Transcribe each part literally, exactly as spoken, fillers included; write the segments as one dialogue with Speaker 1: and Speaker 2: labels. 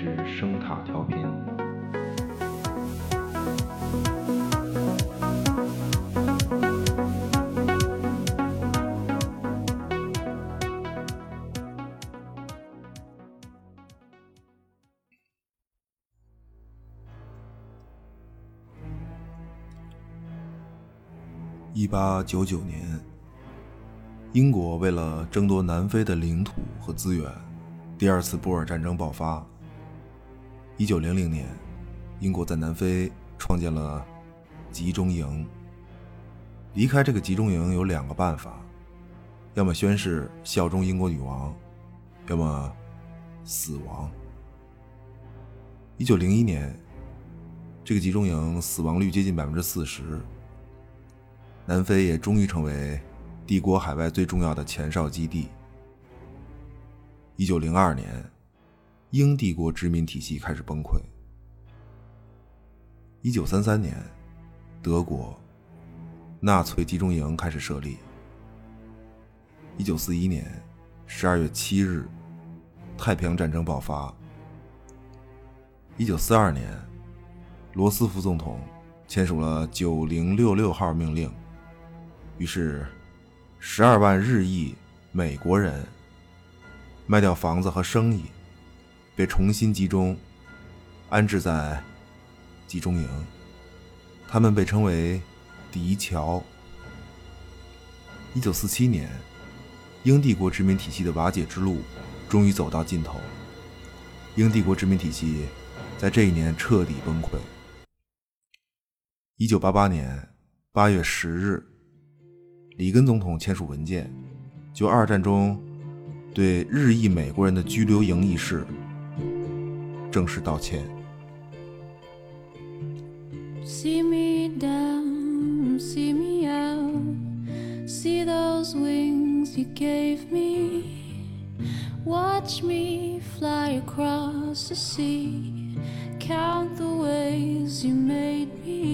Speaker 1: 是声塔调频。
Speaker 2: 一八九九年，英国为了争夺南非的领土和资源，第二次布尔战争爆发。一九零零年，英国在南非创建了集中营。离开这个集中营有两个办法，要么宣誓效忠英国女王，要么死亡。一九零一年，这个集中营死亡率接近 百分之四十，南非也终于成为帝国海外最重要的前哨基地。一九零二年，英帝国殖民体系开始崩溃。一九三三年，德国纳粹集中营开始设立。一九四一年十二月七日，太平洋战争爆发。一九四二年，罗斯福总统签署了九零六六号命令，于是十二万日裔美国人卖掉房子和生意，被重新集中安置在集中营，他们被称为迪侨。一九四七年，英帝国殖民体系的瓦解之路终于走到尽头，英帝国殖民体系在这一年彻底崩溃。一九八八年八月十日，里根总统签署文件，就二战中对日裔美国人的拘留营一事正式道歉。
Speaker 3: See me down, see me out, see those wings you gave me, watch me fly across the sea, count the ways you made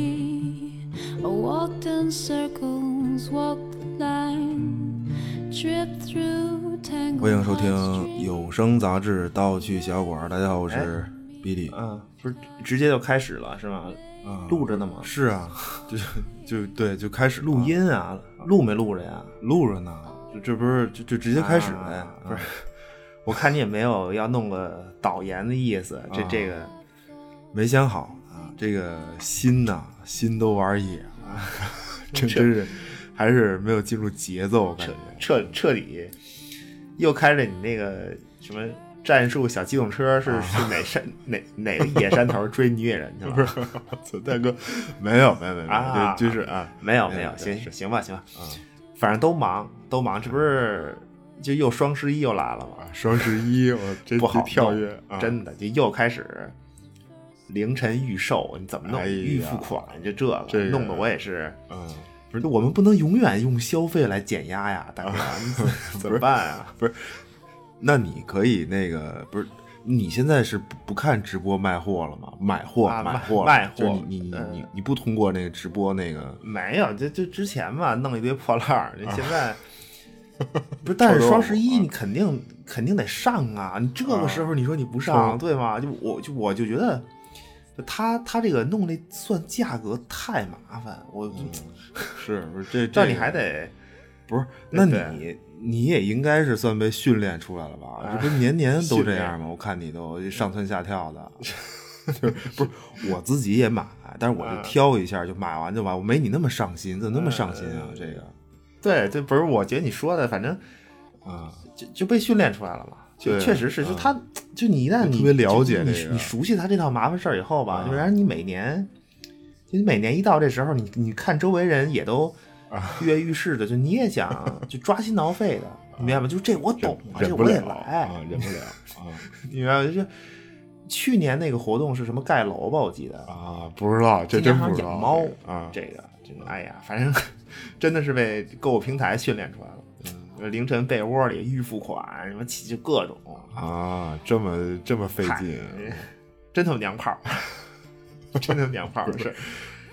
Speaker 3: me. I walked in circles, walked the line, tripped through tangled
Speaker 2: 欢迎收听有声杂志盗趣小馆。大家好，我是比利。
Speaker 4: 啊，不是直接就开始了是吗？
Speaker 2: 啊，
Speaker 4: 录着呢吗？
Speaker 2: 是啊，就就对，就开始
Speaker 4: 录音啊，录没录着呀？
Speaker 2: 录着呢，这这不是就就直接开始呗？
Speaker 4: 啊、不是，我看你也没有要弄个导言的意思，这、啊、这个
Speaker 2: 没想好啊。这个心呐，心都玩野了，这真是还是没有进入节奏，感觉
Speaker 4: 彻彻底又开着你那个什么。战术小机动车是、啊、是哪山哪哪个野山头追女野人去了？
Speaker 2: 不是，大哥，没有没有没有，
Speaker 4: 啊、
Speaker 2: 就就是啊，
Speaker 4: 没有没有，行行吧行吧，啊，反正都忙都忙，这不是就又双十一又来了吗？
Speaker 2: 双十一我真
Speaker 4: 不好
Speaker 2: 跳跃，
Speaker 4: 啊、真的就又开始凌晨预售，你怎么弄？
Speaker 2: 哎、
Speaker 4: 预付款就这个，
Speaker 2: 这个、
Speaker 4: 弄得我也是，
Speaker 2: 嗯，
Speaker 4: 不是我们不能永远用消费来减压呀，大哥，你怎么办啊？
Speaker 2: 不是。那你可以那个不是？你现在是不不看直播卖货了吗？买货、
Speaker 4: 啊、
Speaker 2: 买货
Speaker 4: 卖货，
Speaker 2: 你你你你你不通过那个直播那个？
Speaker 4: 没有，就就之前嘛，弄一堆破烂儿。你现在、啊、不是？但是双十一你肯定、啊、肯定得上啊！你这个时候你说你不上，啊、对吗？就我就我就觉得，他他这个弄那算价格太麻烦，我、
Speaker 2: 嗯、是不是这？
Speaker 4: 但你还得
Speaker 2: 不是？那你。你也应该是算被训练出来了吧？这、啊、不年年都这样吗？我看你都上蹿下跳的，不是我自己也买，但是我就挑一下，就买完就完。我没你那么上心，怎么那么上心啊？这个，
Speaker 4: 对，这不是我觉得你说的，反正
Speaker 2: 啊，
Speaker 4: 就就被训练出来了嘛。就确实是，就他，就你一旦你
Speaker 2: 特别了解
Speaker 4: 你
Speaker 2: 这个，
Speaker 4: 你熟悉他这套麻烦事儿以后吧，就然后你每年，就你每年一到这时候，你你看周围人也都。跃跃欲试的，就你也想就抓心挠肺的，你明白吗？就这我懂啊，这我也来，
Speaker 2: 啊，忍不了啊，
Speaker 4: 你明白吗？就去年那个活动是什么盖楼吧？我记得
Speaker 2: 啊，不知道，这真不知道。
Speaker 4: 养猫
Speaker 2: 啊，
Speaker 4: 这个这个，哎呀，反正真的是被购物平台训练出来了。嗯，凌晨被窝里预付款，什么就各种
Speaker 2: 啊，这么这么费劲，
Speaker 4: 真他妈娘炮，真他妈娘炮是。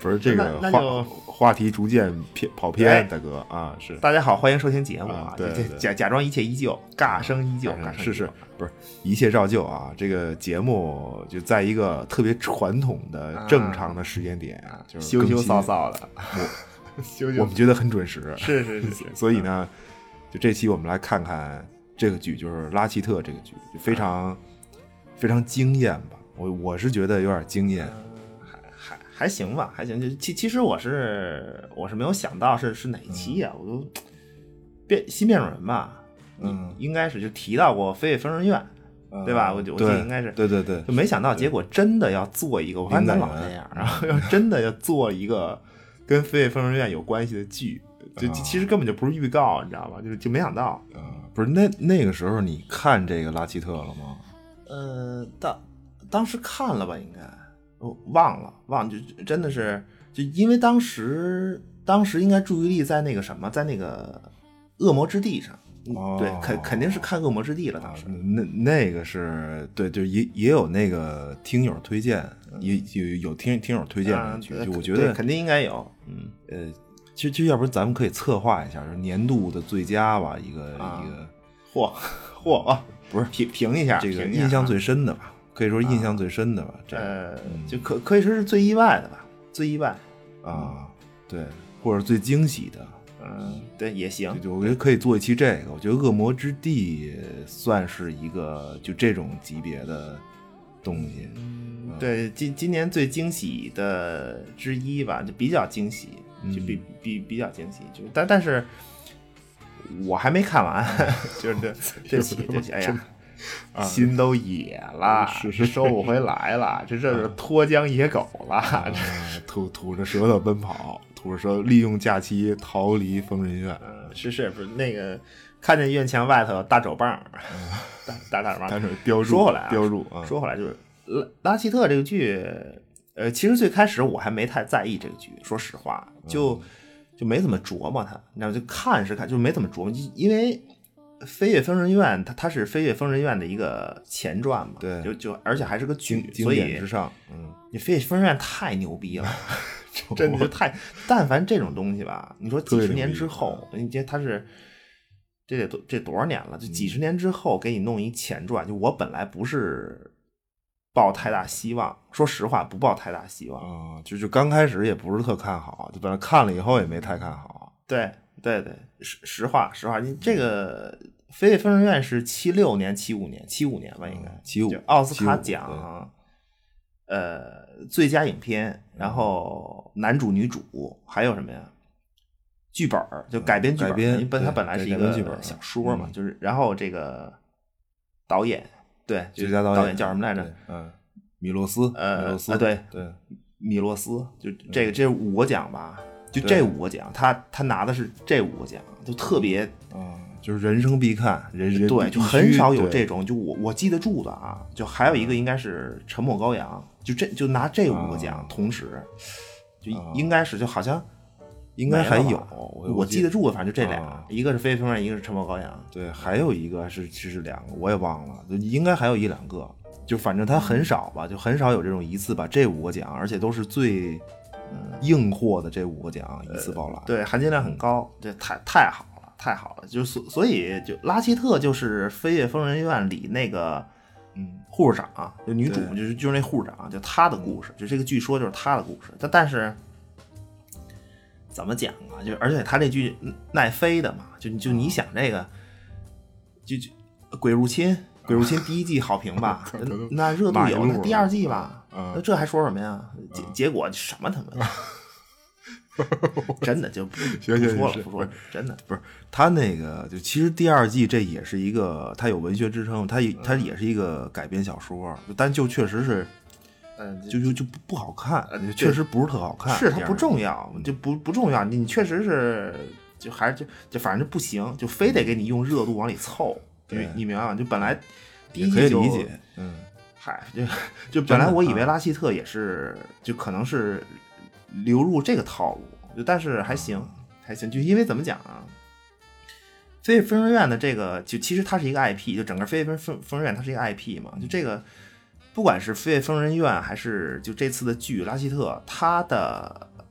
Speaker 2: 不是这个话
Speaker 4: 那那就
Speaker 2: 话题逐渐偏跑偏，大哥啊，是。
Speaker 4: 大家好，欢迎收听节目啊，
Speaker 2: 啊对对对
Speaker 4: 假假装一切依旧，尬声依旧，尬声依旧
Speaker 2: 是是，不是一切照旧啊？这个节目就在一个特别传统的、正常的时间点，
Speaker 4: 啊
Speaker 2: 就是
Speaker 4: 羞羞
Speaker 2: 更新
Speaker 4: 臊臊的，
Speaker 2: 我
Speaker 4: 羞羞
Speaker 2: 我们觉得很准时，
Speaker 4: 是是是是，
Speaker 2: 所以呢，就这期我们来看看这个剧，就是拉契特这个剧，就非常、非常惊艳吧。我我是觉得有点惊艳，
Speaker 4: 还还还行吧，还行。就其其实我是我是没有想到是是哪一期呀、啊，我都变新变种人吧，
Speaker 2: 嗯，
Speaker 4: 应该是就提到过《飞越疯人院》。对吧？我我记得应该是，
Speaker 2: 对对对，
Speaker 4: 就没想到结果真的要做一个，我发现咱老这样，然后要真的要做一个跟《飞越疯人院》有关系的剧，就其实根本就不是预告，你知道吗？就是就没想到，
Speaker 2: 啊，不是那那个时候你看这个拉契特了吗？
Speaker 4: 呃，当当时看了吧，应该我忘了，忘就真的是就因为当时当时应该注意力在那个什么，在那个恶魔之地上。
Speaker 2: 哦、
Speaker 4: 对，肯肯定是看《恶魔之地》了。当时、
Speaker 2: 啊、那那个是对，就也也有那个听友推荐，也有有听听友推荐的剧、啊，就我觉得
Speaker 4: 肯定应该有。嗯，
Speaker 2: 呃，其实就要不然咱们可以策划一下，就是年度的最佳吧，一个、啊、一个，
Speaker 4: 嚯嚯啊，
Speaker 2: 不是
Speaker 4: 评评一下
Speaker 2: 这个印象最深的吧，可以说印象最深的吧。
Speaker 4: 啊、
Speaker 2: 这
Speaker 4: 呃、
Speaker 2: 嗯，
Speaker 4: 就可可以说是最意外的吧，最意外
Speaker 2: 啊，对，或者最惊喜的。
Speaker 4: 嗯，对，也行。
Speaker 2: 就我觉得可以做一期这个，我觉得《恶魔之地》算是一个就这种级别的东西。
Speaker 4: 嗯，对，今今年最惊喜的之一吧，就比较惊喜，就比、嗯、比比较惊喜，就但但是我还没看完，就是这这期这期，哎呀。啊、心都野了，
Speaker 2: 是是
Speaker 4: 收不回来了，这这是脱缰野狗了，
Speaker 2: 啊、吐吐着舌头奔跑，吐着舌头利用假期逃离疯人院。
Speaker 4: 嗯，是是不是那个看见院墙外头有大肘棒，嗯、大大大
Speaker 2: 棒，标注。
Speaker 4: 说回来啊，
Speaker 2: 标注、啊，
Speaker 4: 说回来就是拉拉契特这个剧，呃，其实最开始我还没太在意这个剧，说实话，就、嗯、就没怎么琢磨它，你知道，就看是看，就没怎么琢磨，因为。飞越疯人院，它它是飞越疯人院的一个前传嘛，
Speaker 2: 对，
Speaker 4: 就就而且还是个剧，
Speaker 2: 经典之上，嗯，
Speaker 4: 你飞越疯人院太牛逼了，真的就太，但凡这种东西吧，你说几十年之后，你觉得它是，这得多这多少年了？就几十年之后给你弄一前传，就我本来不是抱太大希望，说实话不抱太大希望
Speaker 2: 啊、呃，就就刚开始也不是特看好，就本来看了以后也没太看好，
Speaker 4: 对。对对，实实话实话，你这个《飞越疯人院》是七六年、七五年、七五年吧，应该
Speaker 2: 七五。
Speaker 4: 奥斯卡奖，呃，最佳影片，然后男主、女主，还有什么呀？剧本就改编剧本，因为它本来是一个小说嘛，就是然后这个导演，对，
Speaker 2: 最佳导
Speaker 4: 演，导演叫什么来着？
Speaker 2: 嗯，米洛斯，
Speaker 4: 呃，
Speaker 2: 米洛斯，
Speaker 4: 对
Speaker 2: 对，
Speaker 4: 米洛斯，就这个这五个奖吧。就这五个奖，他他拿的是这五个奖，就特别
Speaker 2: 啊、嗯，就是人生必看，人人
Speaker 4: 对，就很少有这种，就我我记得住的啊。就还有一个应该是《沉默羔羊》，就这就拿这五个奖、啊、同时，就应该是就好像
Speaker 2: 应该还有，
Speaker 4: 我我记得住的，反正就这俩，
Speaker 2: 啊、
Speaker 4: 一个是《飞越疯人》，一个是《沉默羔羊》。
Speaker 2: 对，还有一个是其实两个，我也忘了，就应该还有一两个，就反正他很少吧，就很少有这种一次把这五个奖，而且都是最。硬货的这五个奖一次爆来、呃，
Speaker 4: 对，含金量很高，这太太好了，太好了，就所所以就拉契特就是《飞越疯人院》里那个嗯护士长，就女主就是就是那护士长，就她的故事，就这个剧说就是她的故事，但但是怎么讲啊？就而且他这剧奈飞的嘛，就就你想这个，就就鬼入侵。鬼入侵第一季好评吧，那热度有，那第二季吧，那、嗯、这还说什么呀？结结果什么他妈，真的就不
Speaker 2: 行行
Speaker 4: 说了，不说了，真的
Speaker 2: 不是他那个，就其实第二季这也是一个，他有文学支撑，他他也是一个改编小说，但就确实是，
Speaker 4: 嗯，
Speaker 2: 就就就不好看，确实不是特好看，
Speaker 4: 是它不重要，就不不重要，你确实是就还是就就反正就不行，就非得给你用热度往里凑。你明白吗？就本来第一季就
Speaker 2: 可以理解，嗯，
Speaker 4: 嗨，就就本来我以为拉契特也是，就可能是流入这个套路，就但是还行，还行，就因为怎么讲啊？飞越疯人院的这个，就其实它是一个 I P， 就整个飞越疯疯人院它是一个 I P 嘛，就这个不管是飞越疯人院还是就这次的剧拉契特，它的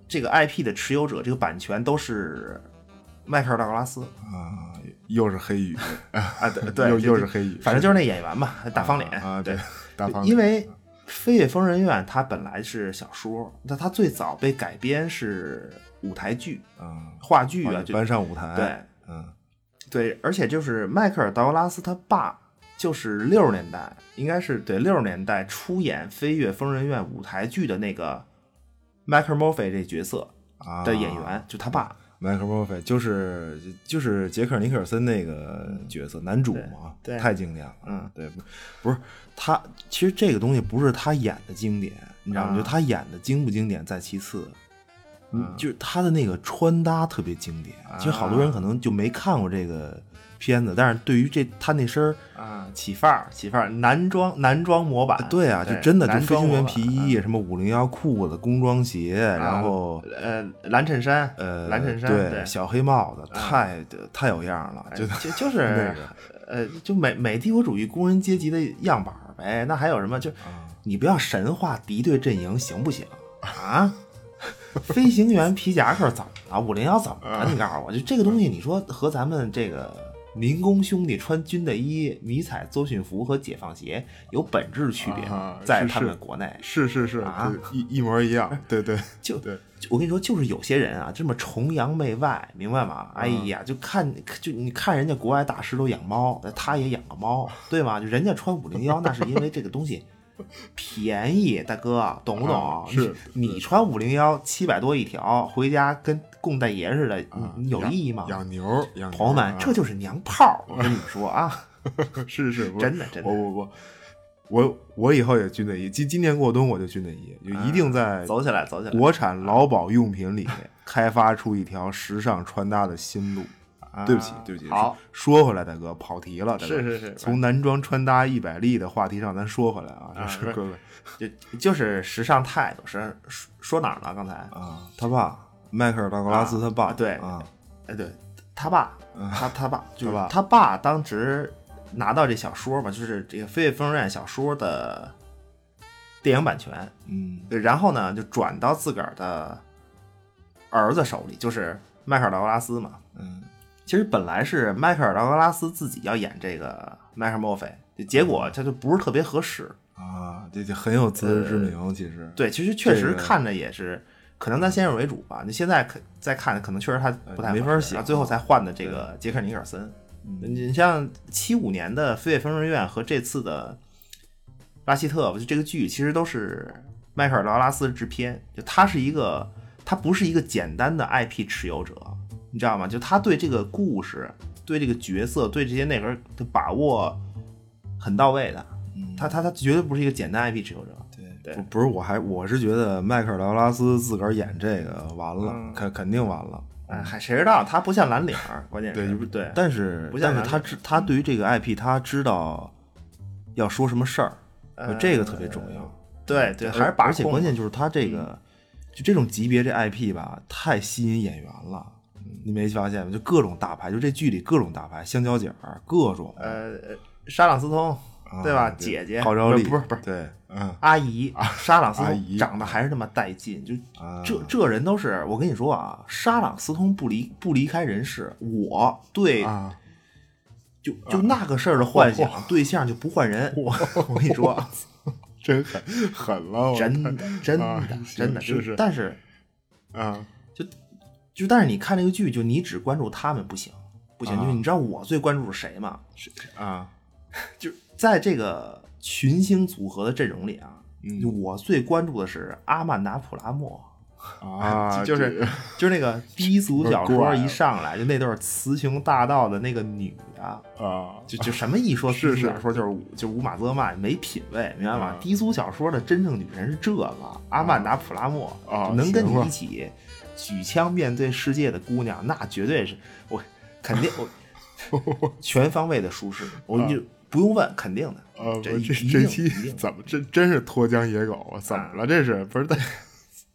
Speaker 4: 这个 I P 的持有者，这个版权都是迈克尔·道格拉斯
Speaker 2: 啊，又是黑羽
Speaker 4: 啊，对对，
Speaker 2: 又又是黑羽，
Speaker 4: 反正就是那演员嘛，大方脸
Speaker 2: 啊，对，大方脸。
Speaker 4: 因为《飞越疯人院》它本来是小说，那它最早被改编是舞台剧
Speaker 2: 啊，
Speaker 4: 话剧啊，
Speaker 2: 搬上舞台。
Speaker 4: 对，
Speaker 2: 嗯，
Speaker 4: 对，而且就是迈克尔·道格拉斯他爸，就是六十年代，应该是对六十年代出演《飞越疯人院》舞台剧的那个迈克尔·墨菲这角色的演员，啊、就他爸。
Speaker 2: 迈克尔·墨菲就是就是杰克·尼克尔森那个角色、嗯、男主嘛，
Speaker 4: 对，
Speaker 2: 太经典了。
Speaker 4: 嗯，
Speaker 2: 对，不是他，其实这个东西不是他演的经典，你知道吗？嗯、就他演的经不经典在其次。嗯，就是他的那个穿搭特别经典，其实好多人可能就没看过这个片子，但是对于这他那身
Speaker 4: 啊起范儿起范儿男装男装模板，
Speaker 2: 对啊，就真的就飞行员皮衣，
Speaker 4: 嗯、
Speaker 2: 什么五零幺裤子、工装鞋，
Speaker 4: 啊、
Speaker 2: 然后
Speaker 4: 呃蓝衬衫，
Speaker 2: 呃
Speaker 4: 蓝衬衫，
Speaker 2: 对，
Speaker 4: 对
Speaker 2: 小黑帽子，
Speaker 4: 啊、
Speaker 2: 太太有样了，就
Speaker 4: 就就是
Speaker 2: 那个
Speaker 4: 呃就美美帝国主义工人阶级的样板呗，那还有什么？就、
Speaker 2: 啊、
Speaker 4: 你不要神话敌对阵营行不行啊？飞行员皮夹克怎么了？五零幺怎么了？你告诉我，就这个东西，你说和咱们这个民工兄弟穿军队衣、迷彩作训服和解放鞋有本质区别吗？
Speaker 2: 啊、
Speaker 4: 在他们国内
Speaker 2: 是是是
Speaker 4: 啊，
Speaker 2: 一一模一样。对对，
Speaker 4: 就
Speaker 2: 对，
Speaker 4: 我跟你说，就是有些人啊，这么崇洋媚外，明白吗？哎呀，就看就你看人家国外大师都养猫，他也养个猫，对吗？就人家穿五零幺，那是因为这个东西便宜，大哥，懂不懂？
Speaker 2: 啊、是
Speaker 4: 你穿五零幺七百多一条，回家跟供大爷似的，
Speaker 2: 啊、
Speaker 4: 你有意义吗？
Speaker 2: 养牛，养牛
Speaker 4: 朋友们，
Speaker 2: 啊、
Speaker 4: 这就是娘炮！我跟你们说啊，
Speaker 2: 是是，
Speaker 4: 真的真的，
Speaker 2: 我我我我我以后也军队衣，今今年过冬我就军队衣，就一定在
Speaker 4: 走起来走起来，
Speaker 2: 国产劳保用品里开发出一条时尚穿搭的新路。
Speaker 4: 啊、
Speaker 2: 对不起，对不起。
Speaker 4: 好，
Speaker 2: 说回来，大哥，跑题了。大哥
Speaker 4: 是是是，
Speaker 2: 从男装穿搭一百例的话题上，咱说回来啊，
Speaker 4: 啊
Speaker 2: 就是各位，
Speaker 4: 就就是时尚态度。是说说哪儿了？刚才
Speaker 2: 啊，他爸迈克尔·道格拉斯他爸，
Speaker 4: 啊、对
Speaker 2: 啊，
Speaker 4: 哎对，他爸，
Speaker 2: 嗯、
Speaker 4: 他他爸就是
Speaker 2: 他爸，
Speaker 4: 他爸当时拿到这小说吧，就是这个《飞越疯人院》小说的电影版权，
Speaker 2: 嗯，
Speaker 4: 然后呢就转到自个儿的儿子手里，就是迈克尔·道格拉斯嘛，
Speaker 2: 嗯。
Speaker 4: 其实本来是迈克尔·道格拉斯自己要演这个迈克尔·墨菲，结果他就不是特别合适
Speaker 2: 啊，这就很有自知之明。呃、其实
Speaker 4: 对，其实确实看着也是，可能咱先入为主吧。你现在再看，可能确实他不太
Speaker 2: 没法写，
Speaker 4: 最后才换的这个杰克·尼克尔森。你像七五年的《飞越疯人院》和这次的《拉希特》，就这个剧其实都是迈克尔·道格拉斯制片，就他是一个，他不是一个简单的 I P 持有者。你知道吗？就他对这个故事、对这个角色、对这些内核的把握很到位的。
Speaker 2: 嗯、
Speaker 4: 他他他绝对不是一个简单 I P 持有者。
Speaker 2: 对
Speaker 4: 对，
Speaker 2: 不不是，我还我是觉得迈克尔·道格拉斯自个儿演这个完了，
Speaker 4: 嗯、
Speaker 2: 肯肯定完了。
Speaker 4: 哎，还谁知道？他不像蓝领，关键
Speaker 2: 是
Speaker 4: 对对。
Speaker 2: 但是
Speaker 4: 不像
Speaker 2: 但是他知他对于这个 I P 他知道要说什么事儿，
Speaker 4: 呃、
Speaker 2: 这个特别重要。
Speaker 4: 对对，还是把控。
Speaker 2: 而且关键就是他这个、嗯、就这种级别这 I P 吧，太吸引演员了。你没发现吗？就各种大牌，就这剧里各种大牌，香蕉脚，各种
Speaker 4: 呃，沙朗斯通，
Speaker 2: 啊、
Speaker 4: 对吧？
Speaker 2: 对
Speaker 4: 姐姐，
Speaker 2: 号召力，
Speaker 4: 不是不是，
Speaker 2: 对，嗯，
Speaker 4: 阿姨，沙朗斯
Speaker 2: 阿姨
Speaker 4: 通长得还是那么带劲，就、
Speaker 2: 啊、
Speaker 4: 这这人都是，我跟你说啊，沙朗斯通不离不离开人世，我对，
Speaker 2: 啊、
Speaker 4: 就就那个事儿的幻想，啊、对象就不换人，我我跟你说，
Speaker 2: 真狠狠了，
Speaker 4: 真的真的、
Speaker 2: 啊、
Speaker 4: 真的，
Speaker 2: 是是，
Speaker 4: 但是
Speaker 2: 啊。
Speaker 4: 就但是你看这个剧，就你只关注他们不行，不行。
Speaker 2: 啊、
Speaker 4: 就你知道我最关注是谁吗？
Speaker 2: 是啊，
Speaker 4: 就在这个群星组合的阵容里啊，
Speaker 2: 嗯、
Speaker 4: 我最关注的是阿曼达·普拉默
Speaker 2: 啊，
Speaker 4: 就是就是那个低俗小说一上来就那段雌雄大盗的那个女的
Speaker 2: 啊，
Speaker 4: 就就什么一说低俗小说就是
Speaker 2: 是
Speaker 4: 就五马泽曼没品位，明白吗？
Speaker 2: 啊、
Speaker 4: 低俗小说的真正女人是这个阿曼达·普拉默
Speaker 2: 啊，
Speaker 4: 能跟你一起举枪面对世界的姑娘，那绝对是我肯定我全方位的舒适，我就不用问，肯定的。
Speaker 2: 呃，
Speaker 4: 这
Speaker 2: 这这期怎么真真是脱缰野狗啊？怎么了？这是不是？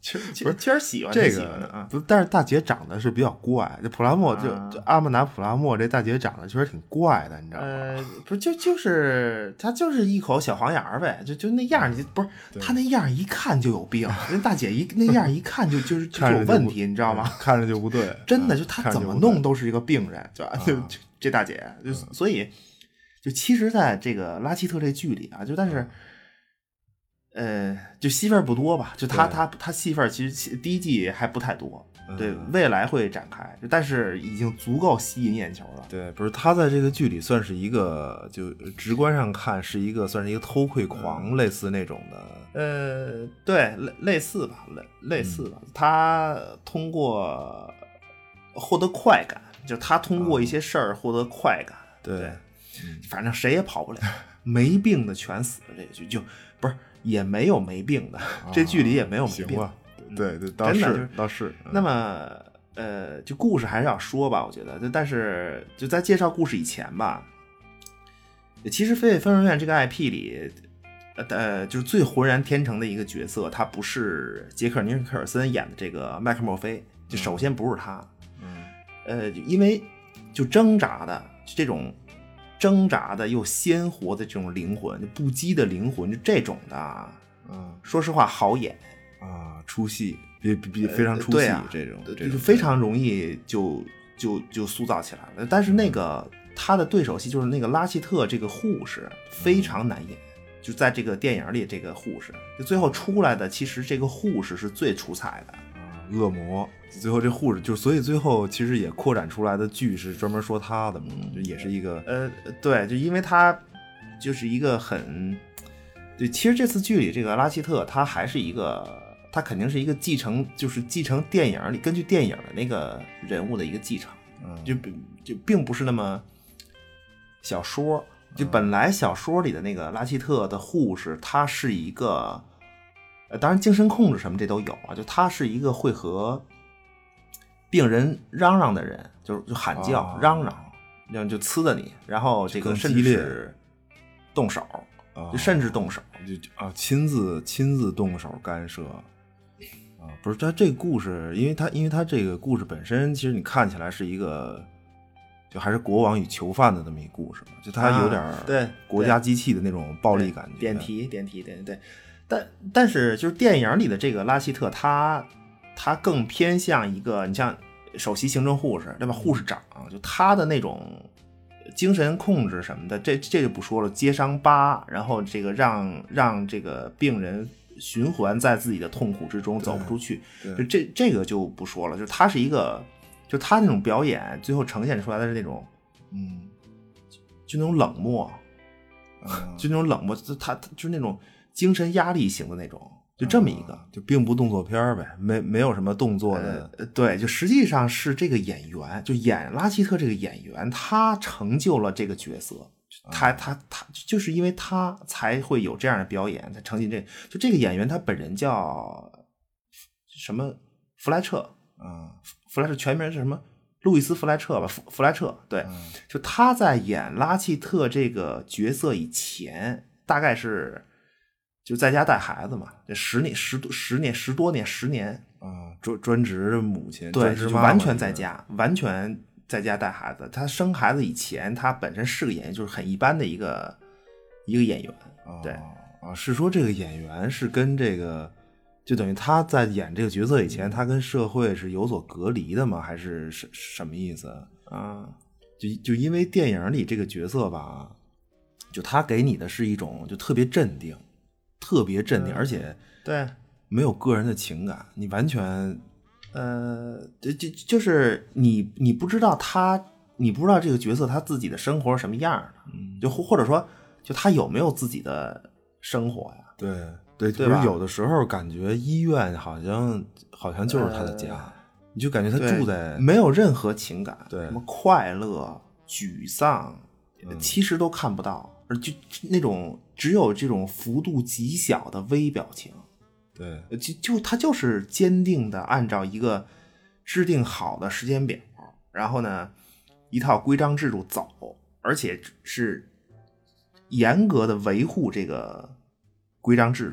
Speaker 4: 其实其实其实喜欢
Speaker 1: 这
Speaker 4: 喜欢的啊，
Speaker 1: 个不，但是大姐长得是比较怪，这普拉默就
Speaker 4: 啊
Speaker 1: 就阿曼达普拉默这大姐长得确实挺怪的，你知道吗？
Speaker 4: 呃，不是，就就是他就是一口小黄牙儿呗，就就那样儿，你不是他那样儿一看就有病，人大姐一那样儿一看就就是就
Speaker 1: 看着就不
Speaker 4: 有问题，你知道吗？
Speaker 1: 看着就不对，
Speaker 4: 真的，
Speaker 1: 啊
Speaker 4: 就他怎么
Speaker 1: 看着就不对
Speaker 4: 弄都是一个病人，就就就这大姐，就所以就其实在这个拉希特这剧里啊，就但是。呃，就戏份不多吧，就他他他戏份其实第一季还不太多，对，未来会展开，但是已经足够吸引眼球了。
Speaker 2: 对，不是他在这个剧里算是一个，就直观上看是一个算是一个偷窥狂，嗯、类似那种的。
Speaker 4: 呃，对，类类似吧，类类似吧。嗯、他通过获得快感，就他通过一些事儿获得快感。
Speaker 2: 嗯、对，
Speaker 4: 对嗯、反正谁也跑不了，没病的全死了。这个剧就不是。也没有没病的，啊、这剧里也没有没病。
Speaker 1: 对对，倒是倒是。
Speaker 4: 那么，呃，就故事还是要说吧，我觉得。但是就在介绍故事以前吧，其实《飞越疯人院》这个 I P 里，呃，就是最浑然天成的一个角色，他不是杰克·尼克尔森演的这个麦克墨菲，就首先不是他。
Speaker 1: 嗯。
Speaker 4: 呃，因为就挣扎的这种。挣扎的又鲜活的这种灵魂，就不羁的灵魂，就这种的，
Speaker 1: 嗯，
Speaker 4: 说实话好演
Speaker 2: 啊，出戏，比比非常出戏，
Speaker 4: 呃啊、
Speaker 2: 这种，
Speaker 4: 这种非常容易就就就塑造起来了。但是那个、嗯、他的对手戏就是那个拉希特这个护士非常难演，嗯、就在这个电影里这个护士，就最后出来的其实这个护士是最出彩的。
Speaker 2: 恶魔，最后这护士就，所以最后其实也扩展出来的剧是专门说他的嘛，就也是一个
Speaker 4: 呃，对，就因为他就是一个很，对，其实这次剧里这个拉希特他还是一个，他肯定是一个继承，就是继承电影里根据电影的那个人物的一个继承，
Speaker 2: 嗯，
Speaker 4: 就就并不是那么小说，就本来小说里的那个拉希特的护士，他是一个。呃，当然，精神控制什么这都有啊。就他是一个会和病人嚷嚷的人，就是就喊叫、哦、嚷嚷，这样就呲的你，然后这个甚至是动手，
Speaker 2: 哦、
Speaker 4: 就甚至动手，
Speaker 2: 就啊亲自亲自动手干涉啊。不是他这个故事，因为他因为他这个故事本身，其实你看起来是一个，就还是国王与囚犯的这么一故事嘛，就他有点
Speaker 4: 对
Speaker 2: 国家机器的那种暴力感觉。
Speaker 4: 点题点题对对。但但是就是电影里的这个拉希特，他他更偏向一个，你像首席行政护士对吧？护士长就他的那种精神控制什么的，这这就不说了，揭伤疤，然后这个让让这个病人循环在自己的痛苦之中走不出去，就这这个就不说了，就是他是一个，就他那种表演最后呈现出来的是那种，嗯，就那种冷漠，
Speaker 2: 嗯、
Speaker 4: 就那种冷漠，他他就是那种。精神压力型的那种，就这么一个，
Speaker 2: 嗯、就并不动作片呗，没没有什么动作的、
Speaker 4: 呃，对，就实际上是这个演员，就演拉希特这个演员，他成就了这个角色，他他他就是因为他才会有这样的表演，才成就这个。就这个演员他本人叫什么弗莱彻
Speaker 2: 啊、嗯，
Speaker 4: 弗莱彻全名是什么？路易斯弗莱彻吧，弗弗莱彻，对，嗯、就他在演拉希特这个角色以前，大概是。就在家带孩子嘛，这十年、十多、十年、十多年、十年
Speaker 2: 啊，专专职母亲，
Speaker 4: 对，
Speaker 2: 专职
Speaker 4: 就完全在家，完全在家带孩子。他生孩子以前，他本身是个演员，就是很一般的一个一个演员。对
Speaker 2: 啊，是说这个演员是跟这个，就等于他在演这个角色以前，他跟社会是有所隔离的吗？还是什什么意思
Speaker 4: 啊？
Speaker 2: 就就因为电影里这个角色吧，就他给你的是一种就特别镇定。特别镇定，
Speaker 4: 嗯、
Speaker 2: 而且
Speaker 4: 对
Speaker 2: 没有个人的情感，你完全，
Speaker 4: 呃，就就就是你你不知道他，你不知道这个角色他自己的生活是什么样的，
Speaker 2: 嗯，
Speaker 4: 就或者说，就他有没有自己的生活呀？
Speaker 2: 对对
Speaker 4: 对吧？
Speaker 2: 有的时候感觉医院好像好像就是他的家，呃、你就感觉他住在
Speaker 4: 没有任何情感，
Speaker 2: 对，
Speaker 4: 什么快乐、沮丧，
Speaker 2: 嗯、
Speaker 4: 其实都看不到。而就那种只有这种幅度极小的微表情，
Speaker 2: 对，
Speaker 4: 就就他就是坚定的按照一个制定好的时间表，然后呢一套规章制度走，而且是严格的维护这个规章制度，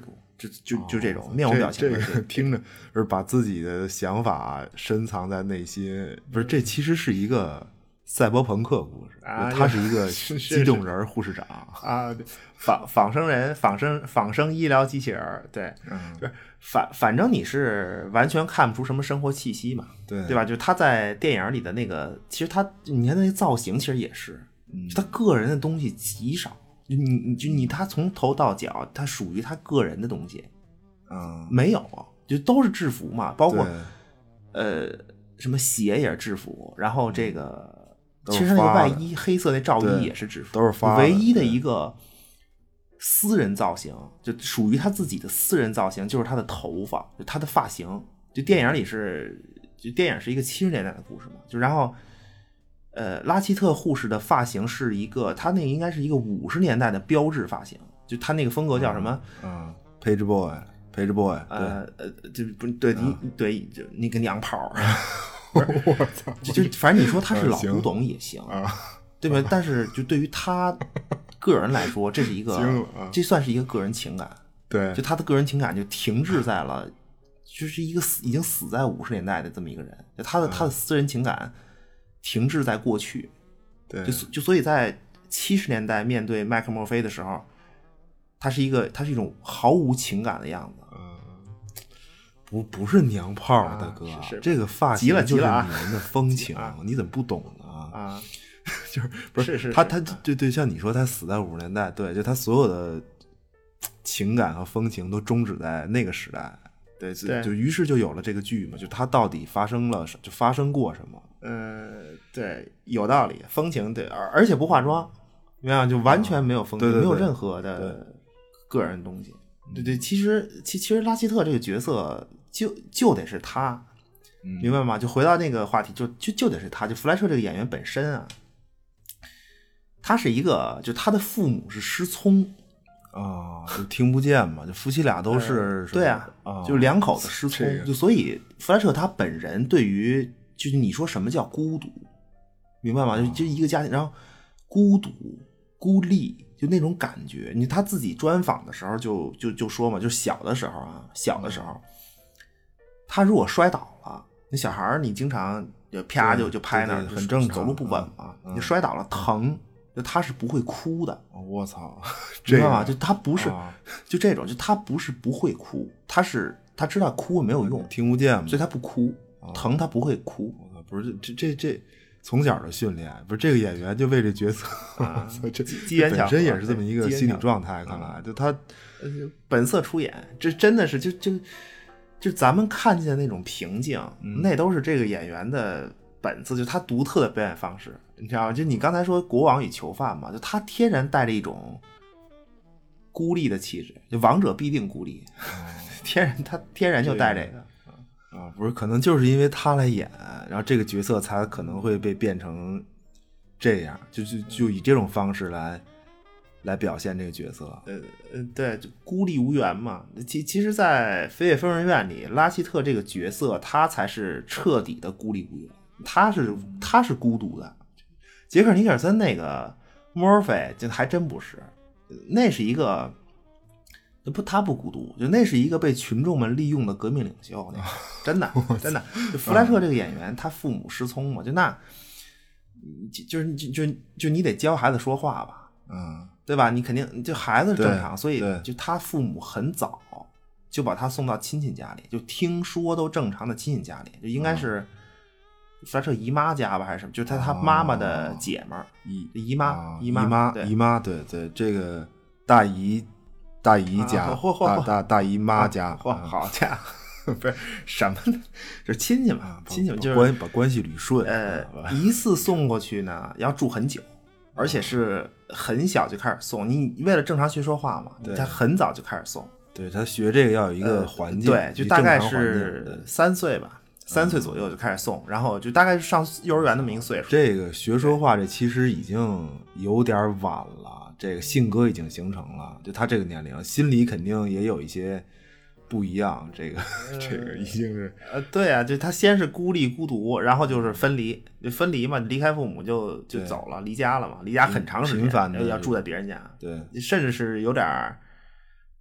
Speaker 4: 就就就这种面无表情的、
Speaker 2: 哦、这, 这个听着是把自己的想法深藏在内心，不是？这其实是一个赛博朋克故事
Speaker 4: 啊，
Speaker 2: 他是一个机动人护士长
Speaker 4: 啊，仿仿生人、仿生仿生医疗机器人，对，
Speaker 2: 嗯，
Speaker 4: 反反正你是完全看不出什么生活气息嘛，
Speaker 2: 对
Speaker 4: 对吧？就他在电影里的那个，其实他你看那个造型，其实也是，
Speaker 2: 嗯，
Speaker 4: 就他个人的东西极少，就你你就你他从头到脚，他属于他个人的东西，
Speaker 2: 嗯，
Speaker 4: 没有，就都是制服嘛，包括呃什么鞋也是制服，然后这个。其实那个外衣黑色那罩衣也是制服，
Speaker 2: 都是发
Speaker 4: 唯一的一个私人造型，就属于他自己的私人造型，就是他的头发，就他的发型。就电影里是，就电影是一个七十年代的故事嘛，就然后，呃，拉希特护士的发型是一个，他那个应该是一个五十年代的标志发型，就他那个风格叫什么？
Speaker 2: 嗯 ，Page Boy，Page Boy，
Speaker 4: 呃呃，就不对，你、嗯、对，就那个娘炮。
Speaker 2: 我操！
Speaker 4: 就就反正你说他是老古董也行，
Speaker 2: 啊、
Speaker 4: 对吧？但是就对于他个人来说，这是一个，
Speaker 2: 啊、
Speaker 4: 这算是一个个人情感。
Speaker 2: 对，
Speaker 4: 就他的个人情感就停滞在了，就是一个死已经死在五十年代的这么一个人，就他的、啊、他的私人情感停滞在过去。
Speaker 2: 对，
Speaker 4: 就就所以在七十年代面对麦克墨菲的时候，他是一个他是一种毫无情感的样子。
Speaker 2: 不不是娘炮啊，大哥，
Speaker 4: 是是
Speaker 2: 这个发型就是女人的风情，啊、你怎么不懂呢？
Speaker 4: 啊，
Speaker 2: 就是不是
Speaker 4: 是是
Speaker 2: 他他对对，像你说他死在五十年代，对，就他所有的情感和风情都终止在那个时代，对，
Speaker 4: 对
Speaker 2: 就于是就有了这个剧嘛，就他到底发生了就发生过什么？
Speaker 4: 呃，对，有道理，风情对，而而且不化妆，你看就完全没有风情，
Speaker 2: 啊、对对对
Speaker 4: 没有任何的个人东西。对对，其实其其实拉希特这个角色就就得是他，
Speaker 2: 嗯、
Speaker 4: 明白吗？就回到那个话题，就就就得是他，就弗莱彻这个演员本身啊，他是一个，就他的父母是失聪
Speaker 2: 啊，就听不见嘛，就夫妻俩都是，
Speaker 4: 呃、对啊，
Speaker 2: 啊
Speaker 4: 就两口子失聪，
Speaker 2: 这个、
Speaker 4: 就所以弗莱彻他本人对于就是你说什么叫孤独，明白吗？就就一个家庭，然后孤独、孤立。就那种感觉，你他自己专访的时候就就就说嘛，就小的时候啊，小的时候，嗯、他如果摔倒了，那小孩你经常就啪就就拍那儿，
Speaker 2: 很正常，
Speaker 4: 走路不稳嘛，
Speaker 2: 嗯、
Speaker 4: 你摔倒了疼，就他是不会哭的。
Speaker 2: 我操，
Speaker 4: 明白吗？就他不是，
Speaker 2: 啊、
Speaker 4: 就这种，就他不是不会哭，他是他知道哭没有用，
Speaker 2: 听不见嘛，
Speaker 4: 所以他不哭，
Speaker 2: 啊、
Speaker 4: 疼他不会哭。
Speaker 2: 不是这这这。从小的训练，不是这个演员就为这角色，
Speaker 4: 啊、
Speaker 2: 这
Speaker 4: 机缘巧合
Speaker 2: 本身也是这么一个心理状态。看来，就他、
Speaker 4: 呃、本色出演，这真的是就就就咱们看见的那种平静，
Speaker 2: 嗯、
Speaker 4: 那都是这个演员的本色，就他独特的表演方式。你知道吗？就你刚才说国王与囚犯嘛，就他天然带着一种孤立的气质，就王者必定孤立，
Speaker 2: 哦、
Speaker 4: 天然他天然就带这个。
Speaker 2: 啊，不是，可能就是因为他来演，然后这个角色才可能会被变成这样，就就就以这种方式来来表现这个角色。
Speaker 4: 呃呃，对，就孤立无援嘛。其其实，在《飞越疯人院》里，拉希特这个角色，他才是彻底的孤立无援，他是他是孤独的。杰克·尼克尔森那个墨菲就还真不是，那是一个。不，他不孤独，就那是一个被群众们利用的革命领袖，那个、真的真的。就弗莱彻这个演员，他父母失聪嘛，就那，就就是就就就你得教孩子说话吧，
Speaker 2: 嗯，
Speaker 4: 对吧？你肯定就孩子是正常，所以
Speaker 2: 对
Speaker 4: 就他父母很早就把他送到亲戚家里，就听说都正常的亲戚家里，就应该是弗莱彻姨妈家吧，还是什么？就是他他妈妈的姐们儿，
Speaker 2: 姨
Speaker 4: 姨妈、
Speaker 2: 啊、
Speaker 4: 姨妈
Speaker 2: 姨妈
Speaker 4: 对
Speaker 2: 姨妈，对对，这个大姨。大姨家，
Speaker 4: 啊、嚯嚯
Speaker 2: 大大大姨妈家，
Speaker 4: 嚯、啊，好家伙，不是什么，就是亲戚嘛，
Speaker 2: 啊、
Speaker 4: 亲戚就是
Speaker 2: 关把关系捋顺。
Speaker 4: 呃，一次送过去呢，要住很久，而且是很小就开始送。你为了正常学说话嘛，他很早就开始送。
Speaker 2: 对他学这个要有一个环境，
Speaker 4: 呃、对，就大概是三岁吧，三岁左右就开始送，然后就大概是上幼儿园那么一个岁数。
Speaker 2: 这个学说话，这其实已经有点晚了。这个性格已经形成了，就他这个年龄，心理肯定也有一些不一样。这个、呃、这个已经是
Speaker 4: 呃，对啊，就他先是孤立孤独，然后就是分离，就分离嘛，离开父母就就走了，离家了嘛，离家很长时间，
Speaker 2: 频繁的
Speaker 4: 要住在别人家，
Speaker 2: 对，
Speaker 4: 甚至是有点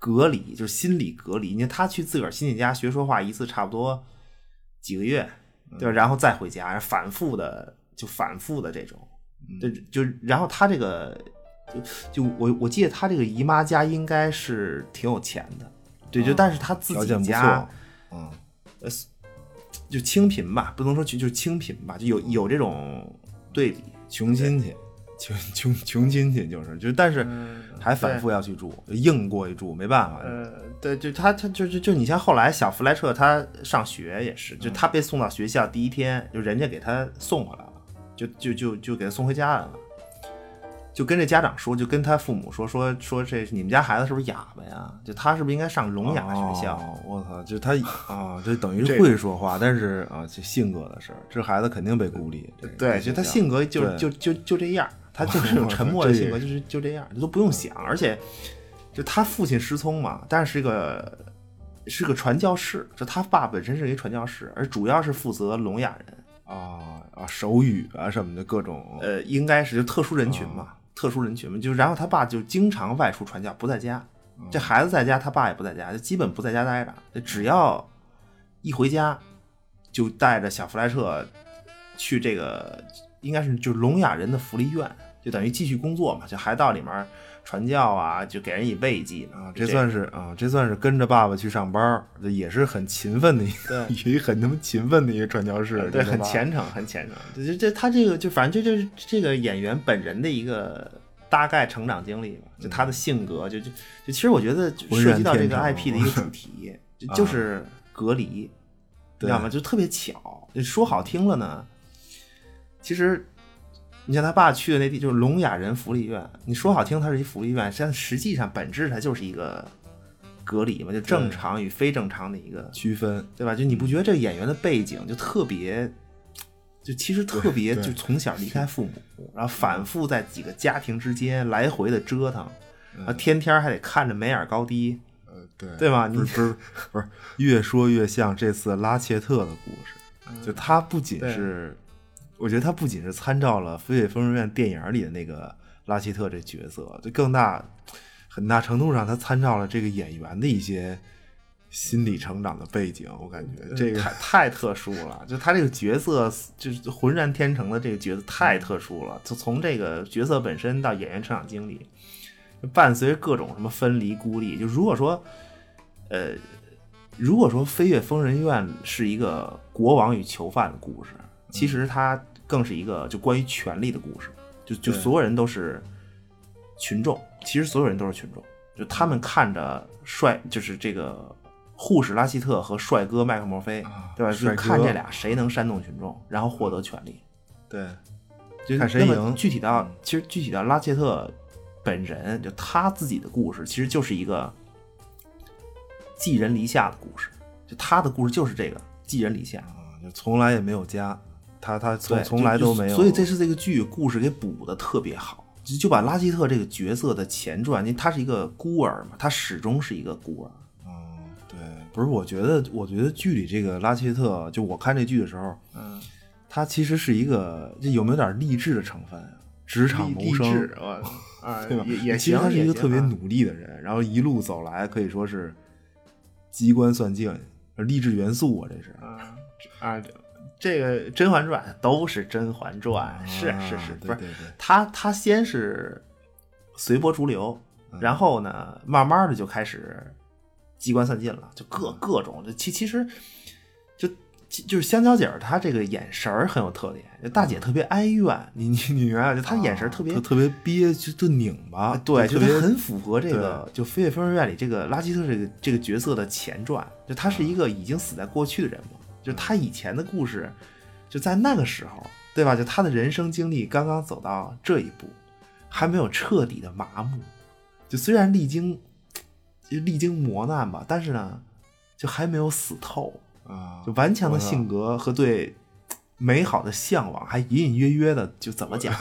Speaker 4: 隔离，就是心理隔离。你看他去自个儿亲戚家学说话一次差不多几个月，对吧？然后再回家，反复的就反复的这种，就就然后他这个就就我我记得他这个姨妈家应该是挺有钱的，对，就但是他自己家，
Speaker 2: 嗯，
Speaker 4: 呃，就清贫吧，不能说就是清贫吧，就有有这种对比，
Speaker 2: 穷亲戚。穷穷穷亲戚就是，就但是还反复要去住，就硬过去住，没办法。
Speaker 4: 呃，对，就他他就就就你像后来小弗莱彻他上学也是，就他被送到学校第一天，就人家给他送回来了，就就就就给他送回家来了，就跟这家长说，就跟他父母说说说这你们家孩子是不是哑巴呀？就他是不是应该上聋哑学校？
Speaker 2: 哦、我操，就他啊，这等于是会说话，但是啊，这性格的事儿，这孩子肯定被孤立。
Speaker 4: 对，就他性格就就就就这样。他就是有沉默的性格，就是就这样，你都不用想。而且，就他父亲失聪嘛，但是是个是个传教士，就他爸本身是一个传教士，而主要是负责聋哑人
Speaker 2: 啊啊手语啊什么的各种，
Speaker 4: 呃，应该是就特殊人群嘛，啊、特殊人群嘛。就然后他爸就经常外出传教，不在家。这孩子在家，他爸也不在家，就基本不在家待着。只要一回家，就带着小弗莱彻去这个。应该是就是聋哑人的福利院，就等于继续工作嘛，就还到里面传教啊，就给人以慰藉
Speaker 2: 啊。这算是啊，这算是跟着爸爸去上班，也是很勤奋的一个，也很他妈勤奋的一个传教士，
Speaker 4: 对，很虔诚，很虔诚。这这他这个就反正这就是这个演员本人的一个大概成长经历嘛，就他的性格，就就就其实我觉得涉及到这个 I P 的一个主题，就就是隔离，你知道吗？就特别巧，说好听了呢。其实，你像他爸去的那地就是聋哑人福利院，你说好听它是一福利院，但实际上本质它就是一个隔离嘛，就正常与非正常的一个
Speaker 2: 区分，
Speaker 4: 对吧？就你不觉得这个演员的背景就特别，就其实特别就从小离开父母，然后反复在几个家庭之间来回的折腾，然后天天还得看着眉眼高低，
Speaker 2: 呃，对，
Speaker 4: 对吧？你
Speaker 2: 不是不是不是，越说越像这次拉切特的故事，就他不仅是。我觉得他不仅是参照了《飞越疯人院》电影里的那个拉切特这角色，就更大很大程度上他参照了这个演员的一些心理成长的背景。我感觉这个
Speaker 4: 太太特殊了，就他这个角色就是浑然天成的这个角色太特殊了，就从这个角色本身到演员成长经历，伴随各种什么分离孤立。就如果说呃如果说《飞越疯人院》是一个国王与囚犯的故事，其实它更是一个就关于权力的故事，就就所有人都是群众，其实所有人都是群众，就他们看着帅，就是这个护士拉希特和帅哥麦克墨菲，啊、对吧？就看这俩谁能煽动群众，然后获得权力。
Speaker 2: 对，
Speaker 4: 就
Speaker 2: 看谁赢。
Speaker 4: 具体到其实具体到拉切特本人，就他自己的故事，其实就是一个寄人篱下的故事。就他的故事就是这个寄人篱下，
Speaker 2: 啊、就从来也没有家。他他从从来都没有，
Speaker 4: 所以这次这个剧故事给补的特别好，就就把拉希特这个角色的前传，因为他是一个孤儿嘛，他始终是一个孤儿。
Speaker 2: 嗯，对，不是，我觉得我觉得剧里这个拉希特，就我看这剧的时候，
Speaker 4: 嗯，
Speaker 2: 他其实是一个，这有没有点励志的成分？职场谋生，
Speaker 4: 啊，
Speaker 2: 对吧？
Speaker 4: 也也
Speaker 2: 其实他是一个特别努力的人，然后一路走来可以说是机关算尽，励志元素啊，这是
Speaker 4: 啊啊。这个《甄嬛传》都是《甄嬛传》，
Speaker 2: 啊、
Speaker 4: 是是是，不是
Speaker 2: 对对对，
Speaker 4: 他他先是随波逐流，
Speaker 2: 嗯、
Speaker 4: 然后呢，慢慢的就开始机关算尽了，就各各种，其其实就就是香蕉姐儿，她这个眼神儿很有特点，就大姐特别哀怨，嗯、你你你明白，就她眼神特别、
Speaker 2: 啊、特别憋，就就拧巴，
Speaker 4: 对，
Speaker 2: 就特别
Speaker 4: 很符合这个就《飞越疯人院》里这个拉基特这个这个角色的前传，就他是一个已经死在过去的人物。就他以前的故事，就在那个时候，对吧？就他的人生经历刚刚走到这一步，还没有彻底的麻木。就虽然历经，就历经磨难吧，但是呢，就还没有死透
Speaker 2: 啊。
Speaker 4: 就顽强的性格和对美好的向往，还隐隐约约的，就怎么讲？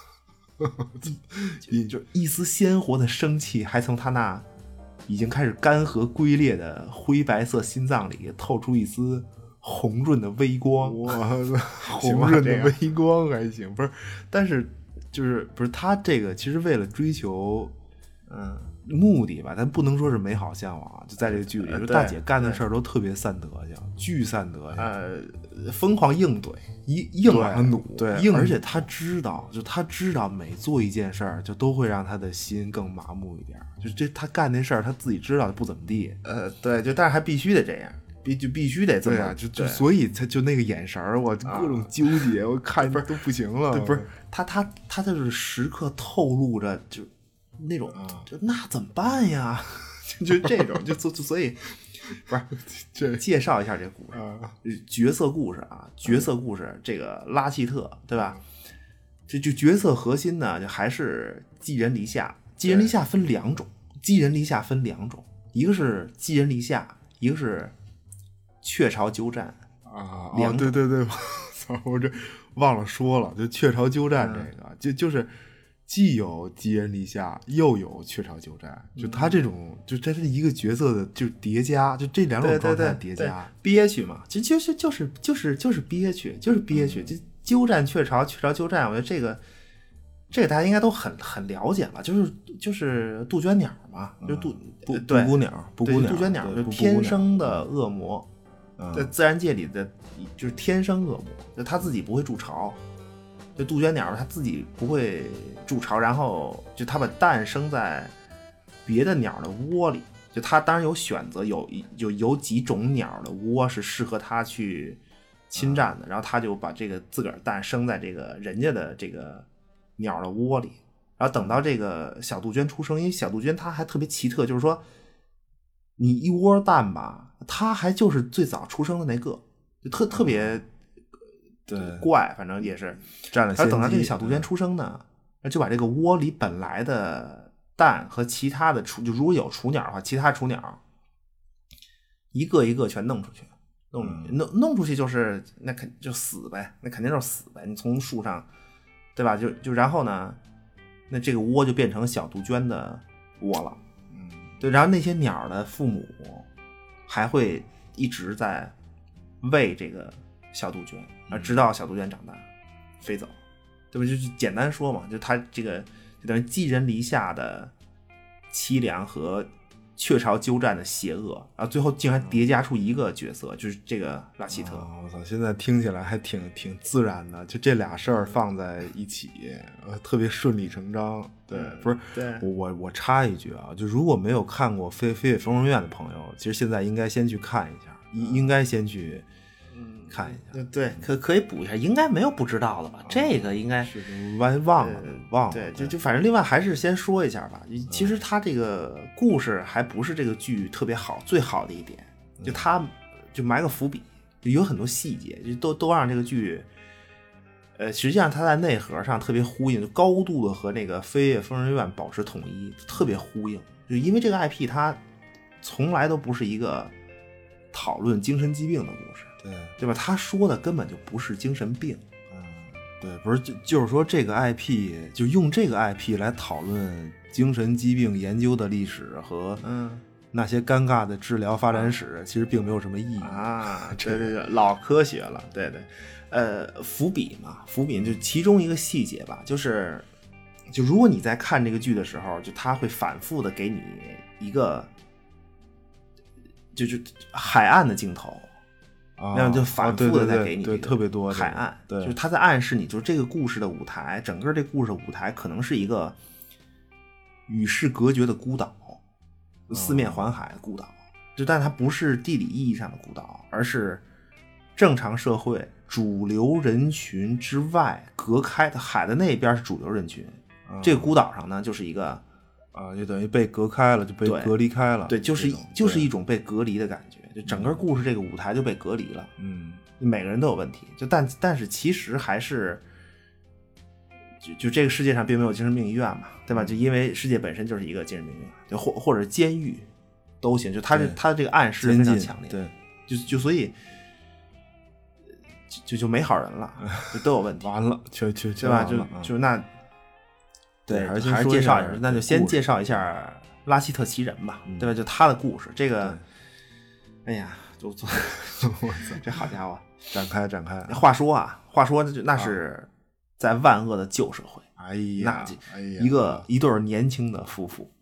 Speaker 4: 就, 就一丝鲜活的生气，还从他那已经开始干涸龟裂的灰白色心脏里透出一丝。红润的微光，
Speaker 2: 哇，红润的微光还行，不是，但是就是不是他这个，其实为了追求，
Speaker 4: 嗯， 目的吧，咱不能说是美好向往，就在这个剧里，
Speaker 1: 呃
Speaker 4: 就大姐干的事儿都特别散德性，巨散德性，
Speaker 1: 呃，
Speaker 4: 疯狂硬怼，硬硬往上努，
Speaker 1: 对，
Speaker 4: 硬，而且他知道，就他知道每做一件事儿，就都会让他的心更麻木一点，就这他干那事儿，他自己知道不怎么地，
Speaker 1: 呃，对，就但是还必须得这样。必就必须得这么，
Speaker 4: 啊，就就所以他就那个眼神儿，我各种纠结，啊、我看不是都不行了。
Speaker 1: 对，不是他他他就是时刻透露着就那种，
Speaker 4: 啊、
Speaker 1: 就那怎么办呀？就就这种，就就所以不是这介绍一下这故事，
Speaker 4: 啊、
Speaker 1: 角色故事啊，角色故事，这个拉希特对吧？这就角色核心呢，就还是寄人篱下。寄人篱下分两种，寄人篱下分两种，一个是寄人篱下，一个是。雀巢鸠占
Speaker 4: 啊，哦，对对对，操，我这忘了说了，就雀巢鸠占这个，嗯、就就是既有寄人篱下，又有雀巢鸠占，就他这种，就这是一个角色的，就是叠加，就这两种状态叠加，
Speaker 1: 憋屈嘛，就就是就是就是就是憋屈，就是憋屈，就鸠占雀巢，雀巢鸠占，我觉得这个这个大家应该都很很了解了，就是就是杜鹃鸟嘛，
Speaker 4: 嗯、
Speaker 1: 就杜
Speaker 4: 布
Speaker 1: 对
Speaker 4: 布谷鸟，布谷鸟，
Speaker 1: 杜鹃鸟就天生的恶魔。在自然界里的就是天生恶魔，就他自己不会筑巢，就杜鹃鸟它自己不会筑巢，然后就它把蛋生在别的鸟的窝里，就它当然有选择，有有有几种鸟的窝是适合它去侵占的，然后它就把这个自个儿蛋生在这个人家的这个鸟的窝里，然后等到这个小杜鹃出生，因为小杜鹃它还特别奇特，就是说你一窝蛋吧。他还就是最早出生的那个，就特特别
Speaker 4: 对
Speaker 1: 怪，反正也是
Speaker 4: 占了先机。
Speaker 1: 然后等到这个小杜鹃出生呢，就把这个窝里本来的蛋和其他的雏，就如果有雏鸟的话，其他雏鸟一个一个全弄出去，弄出去，弄弄出去就是那肯就死呗，那肯定就是死呗。你从树上，对吧？就就然后呢，那这个窝就变成小杜鹃的窝了。
Speaker 4: 嗯，
Speaker 1: 对，然后那些鸟的父母。还会一直在喂这个小杜鹃，啊，直到小杜鹃长大飞走，对吧？就是简单说嘛，就它这个就等于寄人篱下的凄凉和雀巢鸠占的邪恶，然后最后竟然叠加出一个角色，就是这个拉希特。
Speaker 4: 哦、我操，现在听起来还挺挺自然的，就这俩事儿放在一起，呃，特别顺理成章。对，
Speaker 1: 嗯、
Speaker 4: 不是，
Speaker 1: 对，
Speaker 4: 我我我插一句啊，就如果没有看过《飞飞越疯人院》的朋友，其实现在应该先去看一下，应、嗯、应该先去看一下。
Speaker 1: 嗯、对，可可以补一下，应该没有不知道的吧？嗯、这个应该
Speaker 4: 是忘忘了，忘了。
Speaker 1: 对，就就反正另外还是先说一下吧。其实他这个故事还不是这个剧特别好，最好的一点，就他就埋个伏笔，就有很多细节，就都都让这个剧。呃，实际上它在内核上特别呼应，就高度的和那个《飞越疯人院》保持统一，特别呼应。就因为这个 I P 它从来都不是一个讨论精神疾病的故事，
Speaker 4: 对
Speaker 1: 对吧？他说的根本就不是精神病，
Speaker 4: 嗯，对，不是就就是说这个 I P 就用这个 I P 来讨论精神疾病研究的历史和
Speaker 1: 嗯
Speaker 4: 那些尴尬的治疗发展史，其实并没有什么意义
Speaker 1: 啊。对对对，老科学了，对对。呃，伏笔嘛，伏笔就其中一个细节吧，就是就如果你在看这个剧的时候，就他会反复的给你一个就是海岸的镜头，
Speaker 4: 啊，
Speaker 1: 那样就反复的在给你
Speaker 4: 对特别多
Speaker 1: 海岸，
Speaker 4: 对，
Speaker 1: 就是他在暗示你，就是这个故事的舞台，整个这故事的舞台可能是一个与世隔绝的孤岛，四面环海的孤岛，就但它不是地理意义上的孤岛，而是正常社会主流人群之外隔开的，海的那边是主流人群，
Speaker 4: 嗯、
Speaker 1: 这个孤岛上呢就是一个
Speaker 4: 啊，就等于被隔开了，就被隔离开了，
Speaker 1: 对，就是就是一种被隔离的感觉，就整个故事这个舞台就被隔离了，
Speaker 4: 嗯，
Speaker 1: 每个人都有问题，就但但是其实还是就就这个世界上并没有精神病医院嘛，对吧？就因为世界本身就是一个精神病院，就或或者监狱都行，就他这他这个暗示非常强烈，
Speaker 4: 对，
Speaker 1: 就就所以。就就没好人了，就都有问题。
Speaker 4: 完了，就就
Speaker 1: 对吧？就就那，对，
Speaker 4: 还是
Speaker 1: 还是介绍一下，那就先介绍一
Speaker 4: 下
Speaker 1: 拉希特奇人吧，
Speaker 4: 嗯、
Speaker 1: 对吧？就他的故事，这个，哎呀，就做，我操，这好家伙，
Speaker 4: 展开展开。
Speaker 1: 话说啊，话说那是在万恶的旧社会，
Speaker 4: 哎呀，
Speaker 1: 那一个一对年轻的夫妇，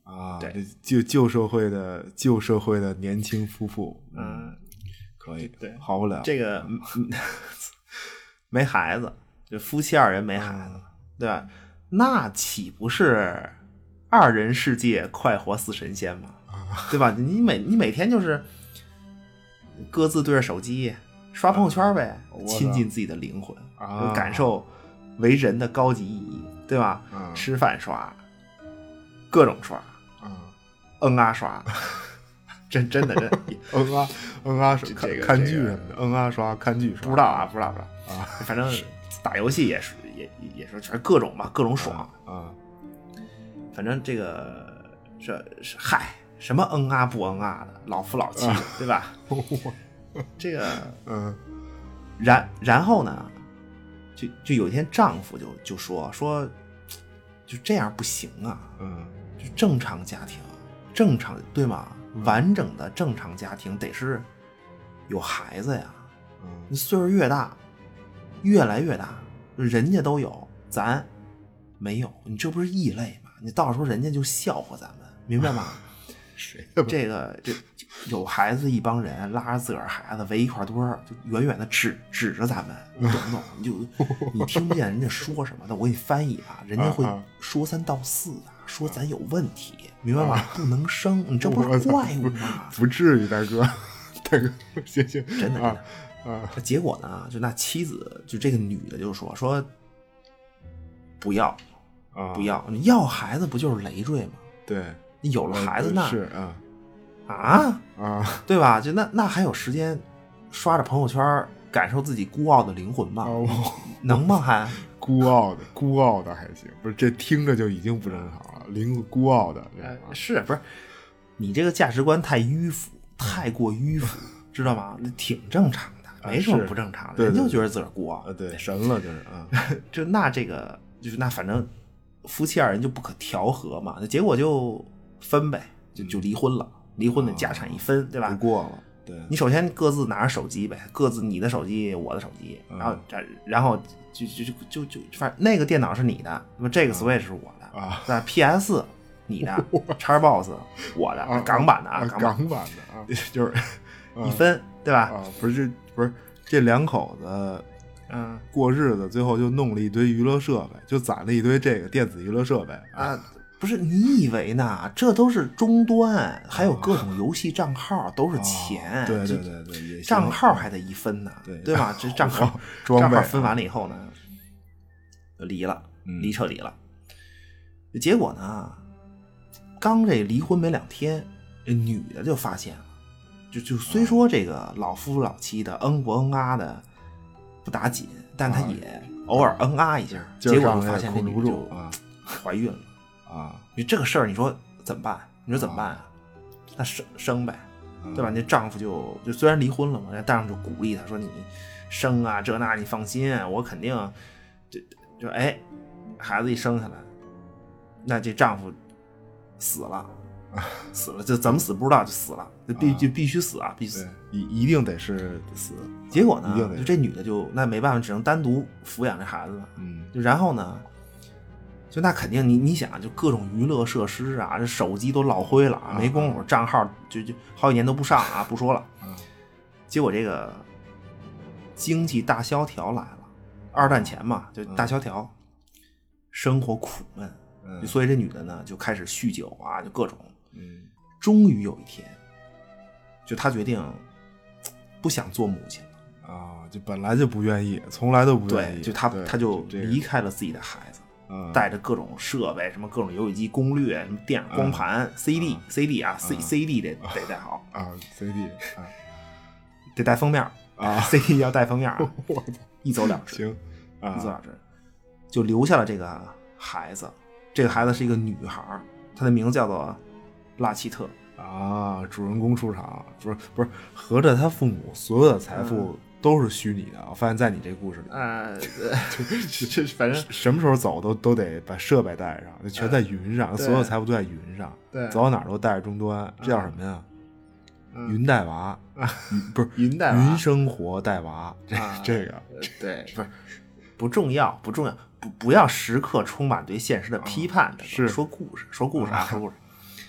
Speaker 2: 啊，
Speaker 4: 对，
Speaker 2: 旧旧社会的旧社会的年轻夫妇，
Speaker 4: 嗯，
Speaker 2: 可以，
Speaker 4: 对，
Speaker 2: 好不了。
Speaker 4: 这个、嗯、没孩子，就夫妻二人没孩子，嗯、对吧？那岂不是二人世界快活似神仙吗？啊、对吧？你每你每天就是各自对着手机刷朋友圈呗，啊、亲近自己的灵魂，啊、就感受为人的高级意义，对吧？啊、吃饭刷，各种刷，啊、嗯啊刷。真真的真的
Speaker 2: 嗯啊嗯啊刷
Speaker 4: 看
Speaker 2: 看剧什么的，嗯啊刷看剧刷，
Speaker 4: 不知道啊不知道不知道
Speaker 2: 啊，
Speaker 4: 反正打游戏也是也也是全是各种吧各种爽
Speaker 2: 啊，
Speaker 4: 反正这个这是嗨什么嗯啊不嗯啊的老夫老妻的、啊、对吧？这个
Speaker 2: 嗯，
Speaker 4: 然然后呢，就就有一天丈夫就就说说就这样不行啊，
Speaker 2: 嗯，
Speaker 4: 就正常家庭正常对吗？完整的正常家庭得是有孩子呀，
Speaker 2: 嗯，
Speaker 4: 你岁数越大，越来越大，人家都有，咱没有，你这不是异类吗？你到时候人家就笑话咱们，明白吗？
Speaker 2: 谁
Speaker 4: 这个这有孩子一帮人拉着自个儿孩子围一块堆儿，就远远的指指着咱们，你懂不懂？你就你听不见人家说什么的，我给你翻译啊，人家会说三道四的，说咱有问题。明白吗？啊、不能生，你这不是怪物吗？
Speaker 2: 不至于，大哥，大哥，行行，
Speaker 4: 真的真的
Speaker 2: 啊！
Speaker 4: 结果呢，就那妻子，就这个女的就说说不要
Speaker 2: 啊，
Speaker 4: 不要，你要孩子不就是累赘吗？
Speaker 2: 对，
Speaker 4: 你有了孩子那
Speaker 2: 是啊
Speaker 4: 啊
Speaker 2: 啊，
Speaker 4: 对吧？就那那还有时间刷着朋友圈感受自己孤傲的灵魂吗？
Speaker 2: 哦、
Speaker 4: 能吗？还
Speaker 2: 孤傲的孤傲的还行，不是这听着就已经不正常了。灵孤傲的、
Speaker 4: 呃、是不是你这个价值观太迂腐，太过迂腐，知道吗？挺正常的，没什么不正常的，
Speaker 2: 对对对，
Speaker 4: 人就觉得自个儿孤傲，
Speaker 2: 对神了就是啊，
Speaker 4: 就那这个就是那反正夫妻二人就不可调和嘛，那结果就分呗，就就离婚了，离婚的家产一分，
Speaker 2: 啊、
Speaker 4: 对吧？
Speaker 2: 不过了，对，
Speaker 4: 你首先各自拿着手机呗，各自你的手机我的手机，
Speaker 2: 嗯、
Speaker 4: 然后然后就就就就就反正那个电脑是你的，那么这个 Switch 是我的。
Speaker 2: 啊，
Speaker 4: 那 P S 你的，Xbox 我的，
Speaker 2: 啊、
Speaker 4: 港版的
Speaker 2: 啊，
Speaker 4: 港
Speaker 2: 版的啊，
Speaker 4: 就是一分，对吧？
Speaker 2: 啊，不是不是，这两口子，
Speaker 4: 嗯，
Speaker 2: 过日子最后就弄了一堆娱乐设备，就攒了一堆这个电子娱乐设备
Speaker 4: 啊。不是你以为呢？这都是终端，还有各种游戏账号，都是钱。
Speaker 2: 哦、对对对对，
Speaker 4: 账号还得一分呢，
Speaker 2: 对
Speaker 4: 对吧？这账号账号分完了以后呢，就离了，离彻底了。嗯结果呢，刚这离婚没两天，女的就发现了，就就虽说这个老夫老妻的嗯不嗯啊的不打紧，但她也偶尔嗯啊一下，
Speaker 2: 啊、
Speaker 4: 结果就发现这女的就怀孕了
Speaker 2: 啊！
Speaker 4: 你这个事儿，你说怎么办？你说怎么办啊？那生生呗，对吧？那丈夫就就虽然离婚了嘛，但丈夫就鼓励她说：“你生啊，这那你放心，我肯定就就哎，孩子一生下来。”那这丈夫死了，死了，就怎么死不知道，就死了，就必就必须死啊，必须死，
Speaker 2: 一一定得是死。
Speaker 4: 结果呢，就这女的就那没办法，只能单独抚养这孩子了。
Speaker 2: 嗯，
Speaker 4: 就然后呢，就那肯定你你想，就各种娱乐设施啊，这手机都落灰了，
Speaker 2: 啊、
Speaker 4: 没工夫，账号就就好几年都不上啊，不说了。
Speaker 2: 啊、
Speaker 4: 结果这个经济大萧条来了，二战前嘛，就大萧条，嗯、生活苦闷。
Speaker 2: 嗯、
Speaker 4: 所以这女的呢就开始酗酒啊，就各种，
Speaker 2: 嗯，
Speaker 4: 终于有一天，就她决定不想做母亲了
Speaker 2: 啊，就本来就不愿意，从来都不愿意，
Speaker 4: 对，就她她就离开了自己的孩子，
Speaker 2: 嗯、
Speaker 4: 带着各种设备，什么各种游戏机攻略，什么电影光盘、嗯、C D、嗯、C D 啊、嗯、C C D 得得带好
Speaker 2: 啊 ，C D 啊，
Speaker 4: 得带封面
Speaker 2: 啊
Speaker 4: ，C D 要带封面啊，一走了之，
Speaker 2: 行，啊、
Speaker 4: 一走了之，就留下了这个孩子。这个孩子是一个女孩，她的名字叫做拉奇特
Speaker 2: 啊。主人公出场，不是不是，合着他父母所有的财富都是虚拟的。嗯、我发现在你这故事里，
Speaker 4: 呃，这反正
Speaker 2: 什么时候走都都得把设备带上，全在云上，呃、所有财富都在云上，
Speaker 4: 对，
Speaker 2: 走到哪儿都带着终端，这叫什么呀？
Speaker 4: 嗯、
Speaker 2: 云带娃，
Speaker 4: 啊、
Speaker 2: 不是
Speaker 4: 云带娃，
Speaker 2: 云生活带娃，这、
Speaker 4: 啊、
Speaker 2: 这个
Speaker 4: 对，不是不重要，不重要。不不要时刻充满对现实的批判的、
Speaker 2: 啊、是
Speaker 4: 说故事说故事啊说故事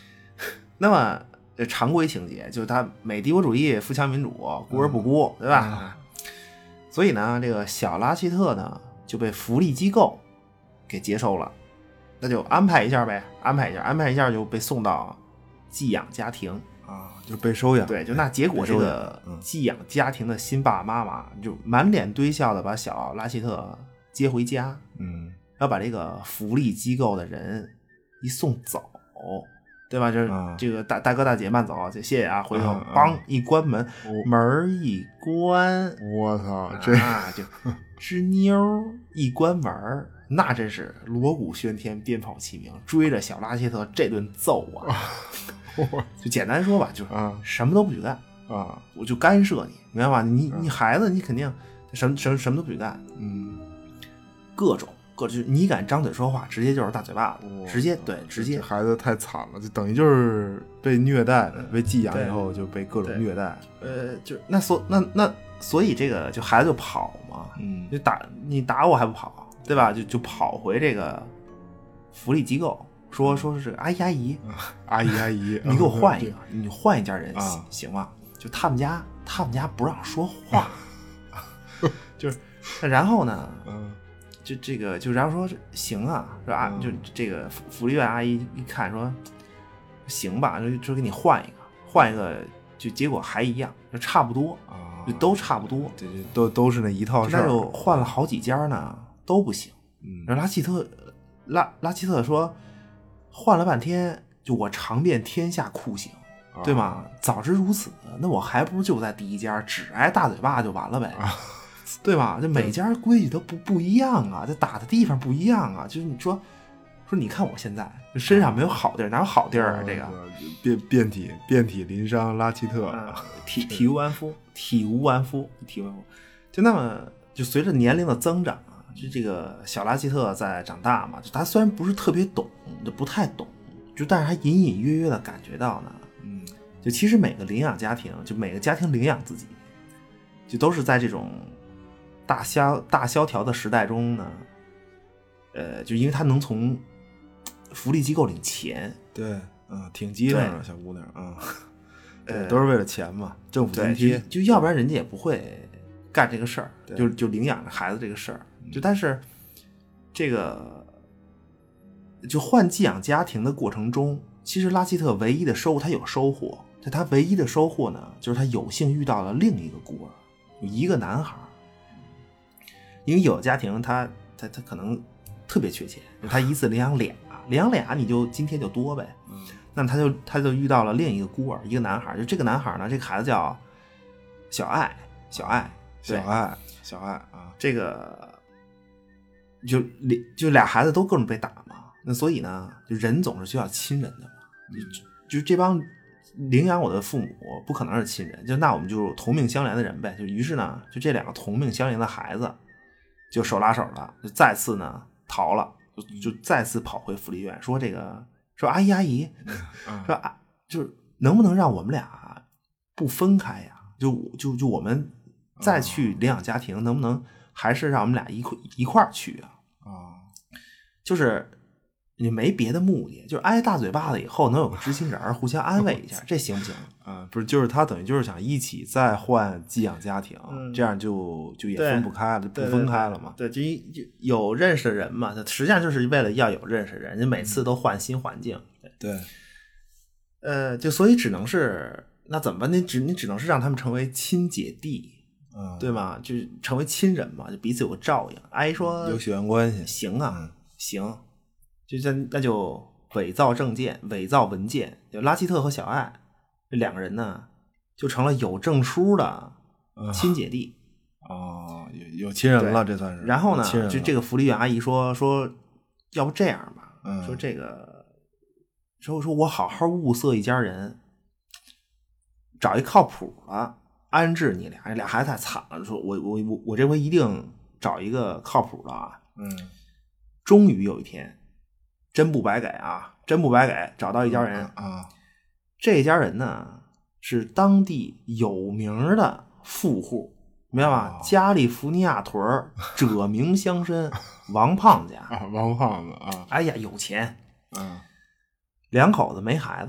Speaker 1: 那么这常规情节就是他美帝国主义富强民主孤而不孤、嗯、对吧、嗯、所以呢这个小拉希特呢就被福利机构给接收了，那就安排一下呗，安排一下安排一下就被送到寄养家庭
Speaker 2: 啊，就被收养。
Speaker 1: 对，就那结果这个寄养家庭的新爸爸妈妈就满脸堆笑的把小拉希特接回家，
Speaker 2: 嗯，
Speaker 1: 然后把这个福利机构的人一送走，对吧？就是这个大、嗯、大哥大姐慢走，谢谢啊，回头梆、嗯嗯、一关门，门一关，
Speaker 2: 我操，这
Speaker 1: 啊就吱妞一关门，那真是锣鼓喧天，鞭炮齐鸣，追着小拉希特这顿揍啊！就简单说吧，就是什么都不许干
Speaker 2: 啊，
Speaker 1: 我就干涉你，明白吧？你你孩子，你肯定什么什么什么都不许干，
Speaker 2: 嗯，
Speaker 1: 各种各种，你敢张嘴说话，直接就是大嘴巴子，直接对，直接
Speaker 2: 孩子太惨了，就等于就是被虐待的，被寄养以后就被各种虐待，
Speaker 1: 呃，就那所那那所以这个就孩子就跑嘛，
Speaker 2: 嗯，
Speaker 1: 就打你打我还不跑，对吧？就就跑回这个福利机构。说说是阿姨阿姨，
Speaker 2: 阿姨阿姨，
Speaker 1: 你给我换一个，你换一家人行、啊、行吗？就他们家，他们家不让说话，就是，然后呢，
Speaker 2: 嗯，
Speaker 1: 就这个就然后说行啊，说啊，就这个福利院阿姨一看说行吧，就就给你换一个，换一个，就结果还一样，就差不多
Speaker 2: 啊，
Speaker 1: 就都差不多，
Speaker 2: 对对，都都是那一套事儿，
Speaker 1: 那就换了好几家呢，都不行。
Speaker 2: 嗯，
Speaker 1: 然后拉希特拉拉希特说。换了半天，就我尝遍天下酷刑，
Speaker 2: 啊、
Speaker 1: 对吗？早知如此，那我还不如就在第一家，只挨大嘴巴就完了呗，
Speaker 2: 啊、
Speaker 1: 对吧？这每家规矩都不不一样啊，这打的地方不一样啊。就是你说说，你看我现在身上没有好地儿，哪有好地儿啊？这个
Speaker 2: 遍遍体遍体鳞伤，拉希特、
Speaker 1: 嗯、体体无完肤，体无完肤，体无完肤。就那么，就随着年龄的增长。就这个小拉希特在长大嘛，就他虽然不是特别懂，就不太懂，就但是他隐隐约约的感觉到呢，
Speaker 2: 嗯，
Speaker 1: 就其实每个领养家庭，就每个家庭领养自己，就都是在这种大萧大萧条的时代中呢，呃，就因为他能从福利机构领钱，
Speaker 2: 对，嗯，挺机灵的小姑娘啊，呃，都是为了钱嘛，政府津
Speaker 1: 贴，就要不然人家也不会干这个事儿，就就领养着孩子这个事儿。就但是这个就换寄养家庭的过程中，其实拉希特唯一的收获，他有收获，但他唯一的收获呢，就是他有幸遇到了另一个孤儿，有一个男孩。因为有的家庭他他他可能特别缺钱，他一次领养俩，领养俩你就津贴就多呗。
Speaker 2: 嗯，
Speaker 1: 那他就他就遇到了另一个孤儿，一个男孩。就这个男孩呢，这个孩子叫小爱，小爱，
Speaker 2: 小爱，小爱啊，
Speaker 1: 这个。就就俩孩子都各种被打嘛，那所以呢，就人总是需要亲人的嘛。就就这帮领养我的父母不可能是亲人，就那我们就同命相连的人呗。就于是呢，就这两个同命相连的孩子就手拉手了，就再次呢逃了，就就再次跑回福利院，说这个说阿姨阿姨，说啊，就是能不能让我们俩不分开呀？就就就我们再去领养家庭，能不能还是让我们俩一块一块儿去啊？
Speaker 2: 啊，
Speaker 1: 就是你没别的目的，就是挨大嘴巴子以后能有个知心人互相安慰一下，这行不行
Speaker 2: 啊？不是，就是他等于就是想一起再换寄养家庭，
Speaker 1: 嗯、
Speaker 2: 这样就就也分不开了，就不分开了嘛。
Speaker 1: 对，就有认识的人嘛，实际上就是为了要有认识的人，就每次都换新环境。
Speaker 2: 对，
Speaker 1: 呃，就所以只能是那怎么办？你只你只能是让他们成为亲姐弟。
Speaker 2: 嗯，
Speaker 1: 对吗？就成为亲人嘛，就彼此有个照应。阿姨说
Speaker 2: 有血缘关系，
Speaker 1: 行啊，
Speaker 2: 嗯、
Speaker 1: 行，就这那就伪造证件、伪造文件。就拉希特和小爱这两个人呢，就成了有证书的亲姐弟。
Speaker 2: 嗯、哦，有有亲人了，这算是。
Speaker 1: 然后呢，就这个福利院阿姨说说，要不这样吧，
Speaker 2: 嗯、
Speaker 1: 说这个说说我好好物色一家人，找一靠谱的。安置你俩，这俩孩子太惨了。说我我我我这回一定找一个靠谱的啊。
Speaker 2: 嗯，
Speaker 1: 终于有一天，真不白给啊，真不白给，找到一家人、
Speaker 2: 嗯、啊。
Speaker 1: 这家人呢是当地有名的富户，明白吧？哦、加利福尼亚屯者名乡绅王胖家
Speaker 2: 啊，王胖子啊，
Speaker 1: 哎呀，有钱。
Speaker 2: 嗯，
Speaker 1: 两口子没孩子，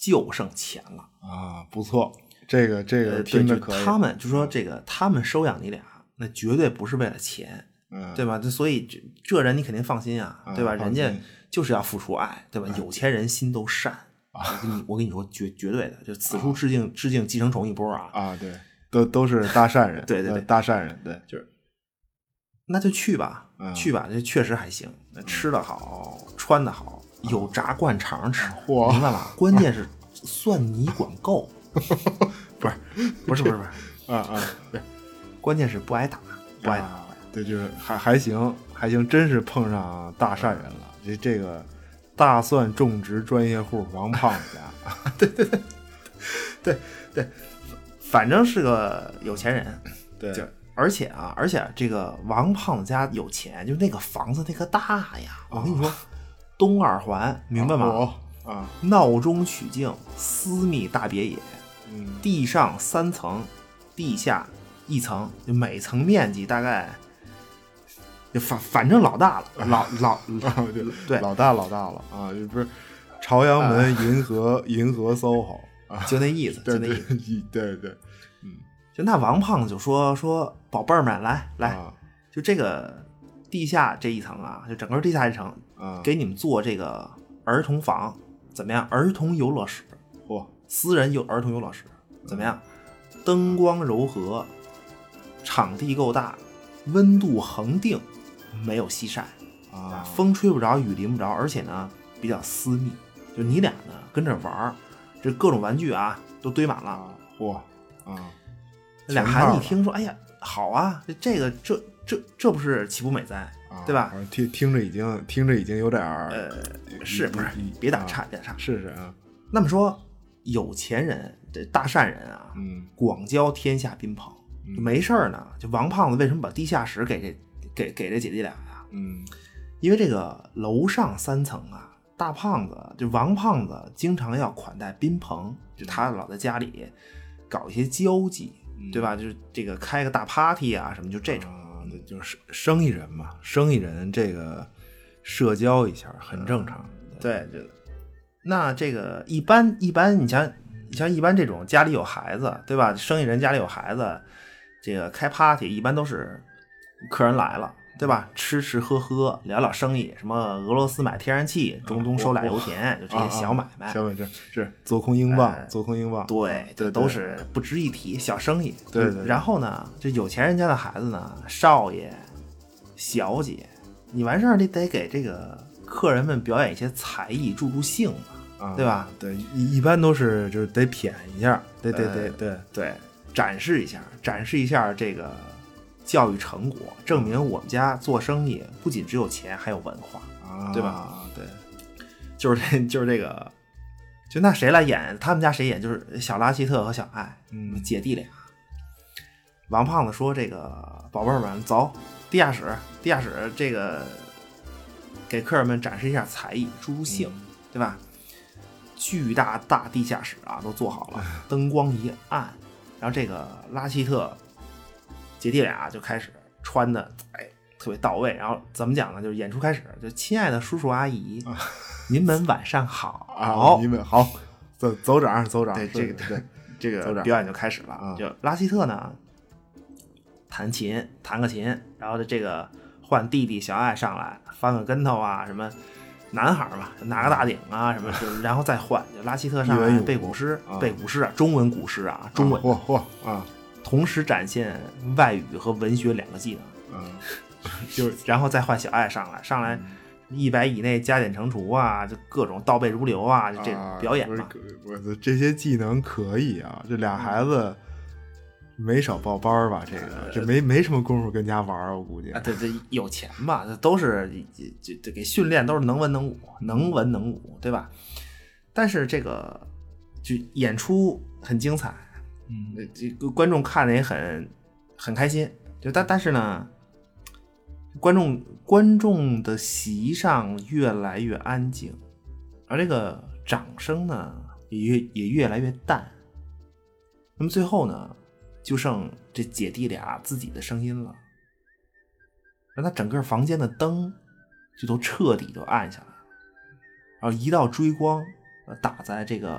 Speaker 1: 就剩钱了
Speaker 4: 啊，不错，这个这个听着可以。
Speaker 1: 呃、他们就说这个，他们收养你俩，那绝对不是为了钱，
Speaker 4: 嗯，
Speaker 1: 对吧？所以这这人你肯定放心啊，
Speaker 4: 嗯、
Speaker 1: 对吧？人家就是要付出爱，对吧？
Speaker 4: 嗯、
Speaker 1: 有钱人心都善。我跟你我跟你说，绝绝对的，就此处致敬、啊、致敬寄生虫一波啊！
Speaker 4: 啊，对，都都是大善人，
Speaker 1: 对对对，
Speaker 4: 大善人，对，
Speaker 1: 就是，那就去吧，
Speaker 4: 嗯、
Speaker 1: 去吧，这确实还行，吃的好，穿的好，有炸灌肠吃，
Speaker 4: 嚯、
Speaker 1: 明白吗？关键是算你管够，不是，不是，不是，不是，
Speaker 4: 啊啊，
Speaker 1: 不是，关键是不挨打，不挨打，
Speaker 4: 啊、对，就是还还行，还行，真是碰上大善人了，这这个。大蒜种植专业户王胖子家，
Speaker 1: 对对对，对对，反正是个有钱人，
Speaker 4: 对，
Speaker 1: 而且啊，而且这个王胖子家有钱，就那个房子那个大呀，我跟你说，哦、东二环，明白吗？
Speaker 4: 哦啊，
Speaker 1: 闹中取静，私密大别野，
Speaker 4: 嗯，
Speaker 1: 地上三层，地下一层，就每层面积大概。反反正老大了，老老对，
Speaker 4: 老大老大了啊！就不是朝阳门、银河、银河 S O H O 啊，
Speaker 1: 就那意思，就那意思，
Speaker 4: 对对，嗯，
Speaker 1: 就那王胖子就说说宝贝儿们来来，
Speaker 4: 啊、
Speaker 1: 就这个地下这一层啊，就整个地下一层，
Speaker 4: 啊，
Speaker 1: 给你们做这个儿童房，怎么样？儿童游乐室，
Speaker 4: 嚯，
Speaker 1: 私人有儿童游乐室，怎么样？嗯、灯光柔和，场地够大，温度恒定。没有西晒
Speaker 4: 啊，
Speaker 1: 风吹不着，雨淋不着，而且呢比较私密，就你俩呢跟这玩，这各种玩具啊都堆满了，
Speaker 4: 嚯啊！
Speaker 1: 俩孩子一听说，哎呀，好啊，这个这这这不是岂不美哉，
Speaker 4: 啊、
Speaker 1: 对吧？
Speaker 4: 听听着已经听着已经有点
Speaker 1: 呃，是不是？别打岔，别打岔，
Speaker 4: 是是啊。
Speaker 1: 那么说，有钱人这大善人啊，
Speaker 4: 嗯，
Speaker 1: 广交天下宾朋，
Speaker 4: 嗯、
Speaker 1: 没事儿呢。就王胖子为什么把地下室给这？给给这姐弟俩呀，
Speaker 4: 嗯，
Speaker 1: 因为这个楼上三层啊，大胖子就王胖子经常要款待宾朋，就他老在家里搞一些交际，
Speaker 4: 嗯、
Speaker 1: 对吧？就是这个开个大 party 啊什么，就这种，
Speaker 4: 啊、就是生意人嘛，生意人这个社交一下很正常。
Speaker 1: 嗯、对，就那这个一般一般，你像你像一般这种家里有孩子，对吧？生意人家里有孩子，这个开 party 一般都是。客人来了，对吧？吃吃喝喝，聊聊生意，什么俄罗斯买天然气，中东收俩油田，就这些小买卖。
Speaker 4: 小买卖是做空英镑，做空英镑。
Speaker 1: 对，这都是不值一提，小生意。
Speaker 4: 对对。
Speaker 1: 然后呢，这有钱人家的孩子呢，少爷、小姐，你完事儿你得给这个客人们表演一些才艺，助助兴嘛，对吧？
Speaker 4: 对，一一般都是就是得谝一下，对对对对
Speaker 1: 对，展示一下，展示一下这个。教育成果证明我们家做生意不仅只有钱，还有文化，
Speaker 4: 啊、
Speaker 1: 对吧？
Speaker 4: 对，
Speaker 1: 就是这，就是这个，就那谁来演？他们家谁演？就是小拉希特和小爱，
Speaker 4: 嗯，
Speaker 1: 姐弟俩。王胖子说：“这个宝贝儿们，走地下室，地下室这个给客人们展示一下才艺，助助兴，
Speaker 4: 嗯、
Speaker 1: 对吧？”巨大大地下室啊，都做好了，灯光一暗，然后这个拉希特。姐弟俩就开始穿的哎特别到位，然后怎么讲呢？就是演出开始，就亲爱的叔叔阿姨，啊、您们晚上好，
Speaker 4: 好，你们好，走走长走长，
Speaker 1: 对这个对这个表演就开始了。
Speaker 4: 啊、
Speaker 1: 就拉希特呢弹琴，弹个琴，然后这个换弟弟小爱上来翻个跟头啊，什么男孩嘛拿个大顶啊什么，就然后再换，就拉希特上来背古诗，
Speaker 4: 啊、
Speaker 1: 背古诗啊，中文古诗啊，中文，
Speaker 4: 嚯嚯啊！
Speaker 1: 同时展现外语和文学两个技能，
Speaker 4: 嗯，
Speaker 1: 就是然后再换小爱上来，上来一百以内加减乘除啊，就各种倒背如流啊，就这种表演嘛。
Speaker 4: 啊、我操，这些技能可以啊！这俩孩子没少报班吧？这个这没没什么功夫跟家玩，我估计。
Speaker 1: 啊，对，这有钱吧？这都是这这给训练，都是能文能武，能文能武，对吧？但是这个就演出很精彩。
Speaker 4: 嗯，
Speaker 1: 这个观众看的也很很开心，就但但是呢，观众观众的席上越来越安静，而这个掌声呢也越也越来越淡。那么最后呢，就剩这姐弟俩自己的声音了，让他整个房间的灯就都彻底都暗下来了，然后一道追光打在这个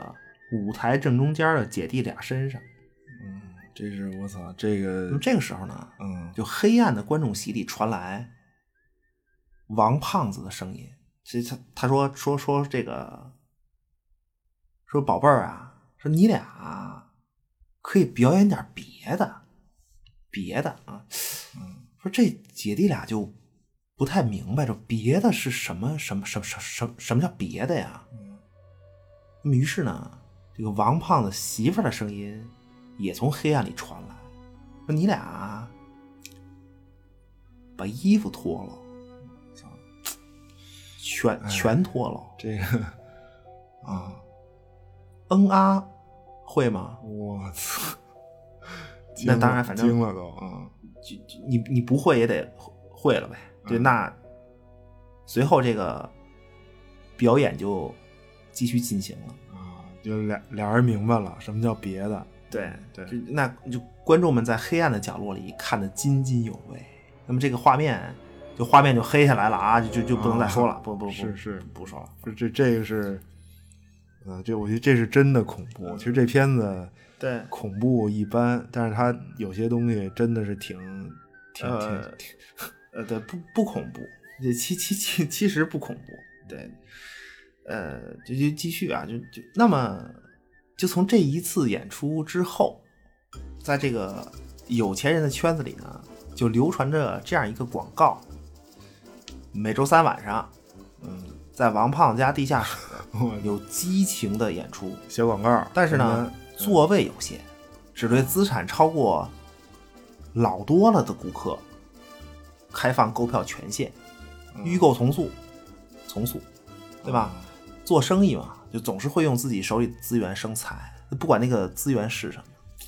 Speaker 1: 舞台正中间的姐弟俩身上。
Speaker 2: 嗯，这是我操，这个
Speaker 1: 这个时候呢，
Speaker 2: 嗯，
Speaker 1: 就黑暗的观众席里传来王胖子的声音。其实他他说说说这个，说宝贝儿啊，说你俩可以表演点别的，别的啊。嗯，说这姐弟俩就不太明白，这别的是什么什么什么什么什么什么叫别的呀？嗯，那么于是呢，这个王胖子媳妇儿的声音也从黑暗里传来，说你俩把衣服脱了。全全脱了，
Speaker 2: 这个啊，
Speaker 1: 嗯啊，会吗？
Speaker 2: 我操！
Speaker 1: 那当然，反正
Speaker 2: 惊了都啊！
Speaker 1: 你你不会也得会了呗？对，那随后这个表演就继续进行了
Speaker 2: 啊，就俩俩人明白了什么叫别的。
Speaker 1: 对
Speaker 2: 对，
Speaker 1: 就那就观众们在黑暗的角落里看得津津有味。那么这个画面。就画面就黑下来了啊，就就就不能再说了，啊、不不不
Speaker 2: 是是
Speaker 1: 不说了。
Speaker 2: 这这这个是，呃，这我觉得这是真的恐怖。其实这片子
Speaker 1: 对
Speaker 2: 恐怖一般，但是它有些东西真的是挺挺
Speaker 1: 呃
Speaker 2: 挺
Speaker 1: 呃对不不恐怖，这其其其其实不恐怖。对，呃，就就继续啊，就就那么就从这一次演出之后，在这个有钱人的圈子里呢，就流传着这样一个广告。每周三晚上，嗯，在王胖家地下室有激情的演出，
Speaker 2: 小广告。
Speaker 1: 但是呢，座位有限，只对资产超过老多了的顾客开放购票权限，预购从速，从速，对吧？嗯、做生意嘛，就总是会用自己手里的资源生财，不管那个资源是什么。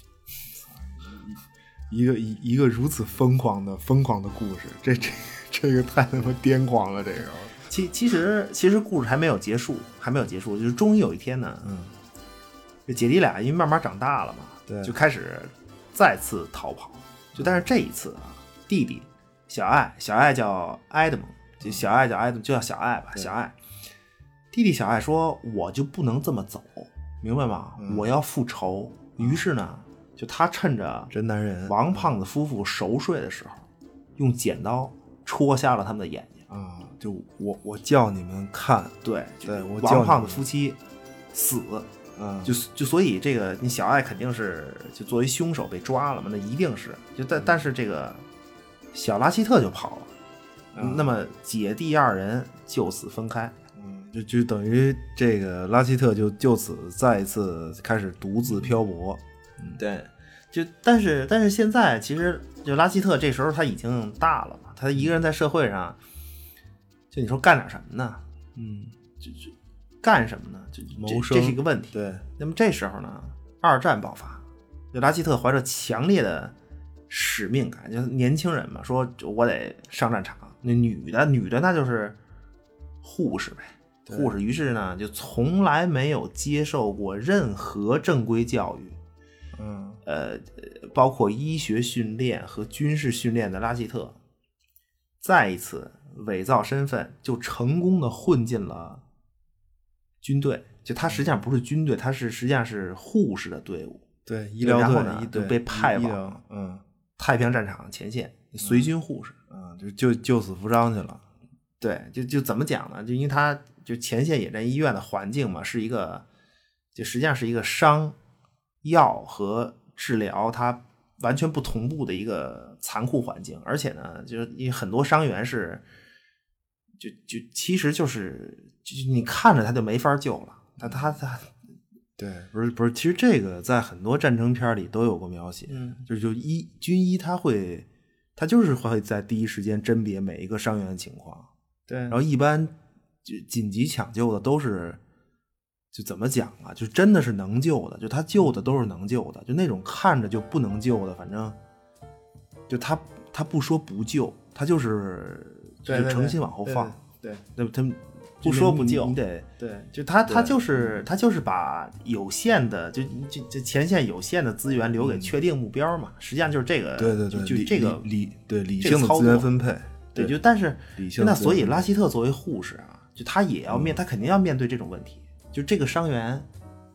Speaker 2: 一个一一个如此疯狂的疯狂的故事，这这。这个太他妈癫狂了！这个，
Speaker 1: 其其实其实故事还没有结束，还没有结束，就是终于有一天呢，
Speaker 2: 嗯，
Speaker 1: 这姐弟俩因为慢慢长大了嘛，
Speaker 2: 对，
Speaker 1: 就开始再次逃跑。就但是这一次啊，弟弟小爱，小爱叫埃德蒙，就小爱叫埃德蒙，就叫小爱吧，小爱。弟弟小爱说：“我就不能这么走，明白吗？嗯、我要复仇。”于是呢，就他趁着
Speaker 2: 真男人
Speaker 1: 王胖子夫妇熟睡的时候，用剪刀。戳瞎了他们的眼睛
Speaker 2: 啊！就我我叫你们看，
Speaker 1: 对
Speaker 2: 对，我
Speaker 1: 王胖子夫妻死，
Speaker 2: 嗯，
Speaker 1: 就就所以这个你小爱肯定是就作为凶手被抓了嘛，那一定是就但但是这个小拉希特就跑了，嗯、那么姐弟二人就此分开，
Speaker 2: 嗯，就就等于这个拉希特就就此再一次开始独自漂泊，
Speaker 1: 嗯，对，就但是但是现在其实就拉希特这时候他已经大了嘛。他一个人在社会上，就你说干点什么呢？
Speaker 2: 嗯，
Speaker 1: 就就干什么呢？就
Speaker 2: 谋生，
Speaker 1: 这是一个问题。
Speaker 2: 对。
Speaker 1: 那么这时候呢，二战爆发，就拉希特怀着强烈的使命感，就是年轻人嘛，说我得上战场。那女的，女的那就是护士呗，护士。于是呢，就从来没有接受过任何正规教育。
Speaker 2: 嗯，
Speaker 1: 呃，包括医学训练和军事训练的拉希特，再一次伪造身份，就成功的混进了军队。就他实际上不是军队，他是实际上是护士的队伍。
Speaker 2: 对，医疗队，
Speaker 1: 然后呢，就被派往
Speaker 2: 嗯
Speaker 1: 太平洋战场前线，随军护士，
Speaker 2: 嗯，就就救死扶伤去了。
Speaker 1: 对，就就怎么讲呢？就因为他就前线野战医院的环境嘛，是一个，就实际上是一个伤。药和治疗它完全不同步的一个残酷环境，而且呢，就是因为很多伤员是，就就其实就是就你看着他就没法救了，他他他，
Speaker 2: 对，不是不是，其实这个在很多战争片里都有过描写，
Speaker 1: 嗯，
Speaker 2: 就是就医军医他会他就是会在第一时间甄别每一个伤员的情况，
Speaker 1: 对，
Speaker 2: 然后一般就紧急抢救的都是。就怎么讲啊？就真的是能救的，就他救的都是能救的，就那种看着就不能救的，反正就他他不说不救，他就是就是诚心往后放，
Speaker 1: 对，
Speaker 2: 那他
Speaker 1: 不说不救，
Speaker 2: 你得
Speaker 1: 对，就他他就是他就是把有限的就就就前线有限的资源留给确定目标嘛，实际上就是这个，
Speaker 2: 对对对，
Speaker 1: 就这个
Speaker 2: 理对理性的资源分配，
Speaker 1: 对，就但是
Speaker 2: 理性
Speaker 1: 那所以拉希特作为护士啊，就他也要面，他肯定要面对这种问题。就这个伤员，就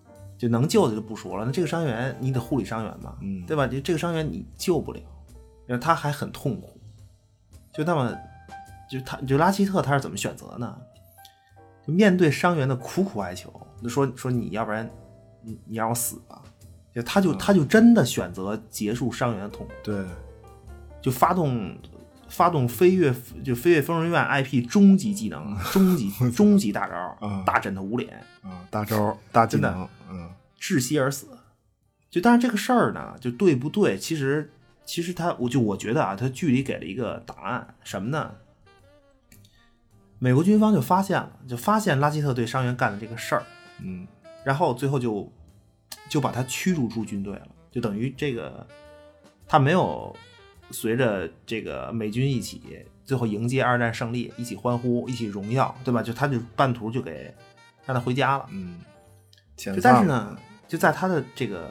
Speaker 4: 就能救的就不说了，那这个伤员你得护理伤员嘛，
Speaker 2: 嗯，
Speaker 4: 对吧？就这个伤员你救不了，然后他还很痛苦，就那么就他就拉希特他是怎么选择呢？就面对伤员的苦苦哀求，就说说你要不然你你让我死吧，就他就、嗯、他就真的选择结束伤员的痛苦，
Speaker 2: 对，
Speaker 4: 就发动发动飞跃就飞跃疯人院 I P 终极技能，终极终极大招，
Speaker 2: 嗯、
Speaker 4: 大枕头捂脸。
Speaker 2: 啊，大招大技能，嗯，
Speaker 4: 窒息而死。就当然这个事儿呢，就对不对？其实其实他，我就我觉得啊，他剧里给了一个答案，什么呢？美国军方就发现了，就发现拉希特对伤员干的这个事儿，
Speaker 2: 嗯，
Speaker 4: 然后最后就就把他驱逐出军队了，就等于这个他没有随着这个美军一起最后迎接二战胜利，一起欢呼，一起荣耀，对吧？就他就半途就给。让他回家了，
Speaker 2: 嗯，
Speaker 4: 就但是呢，就在他的这个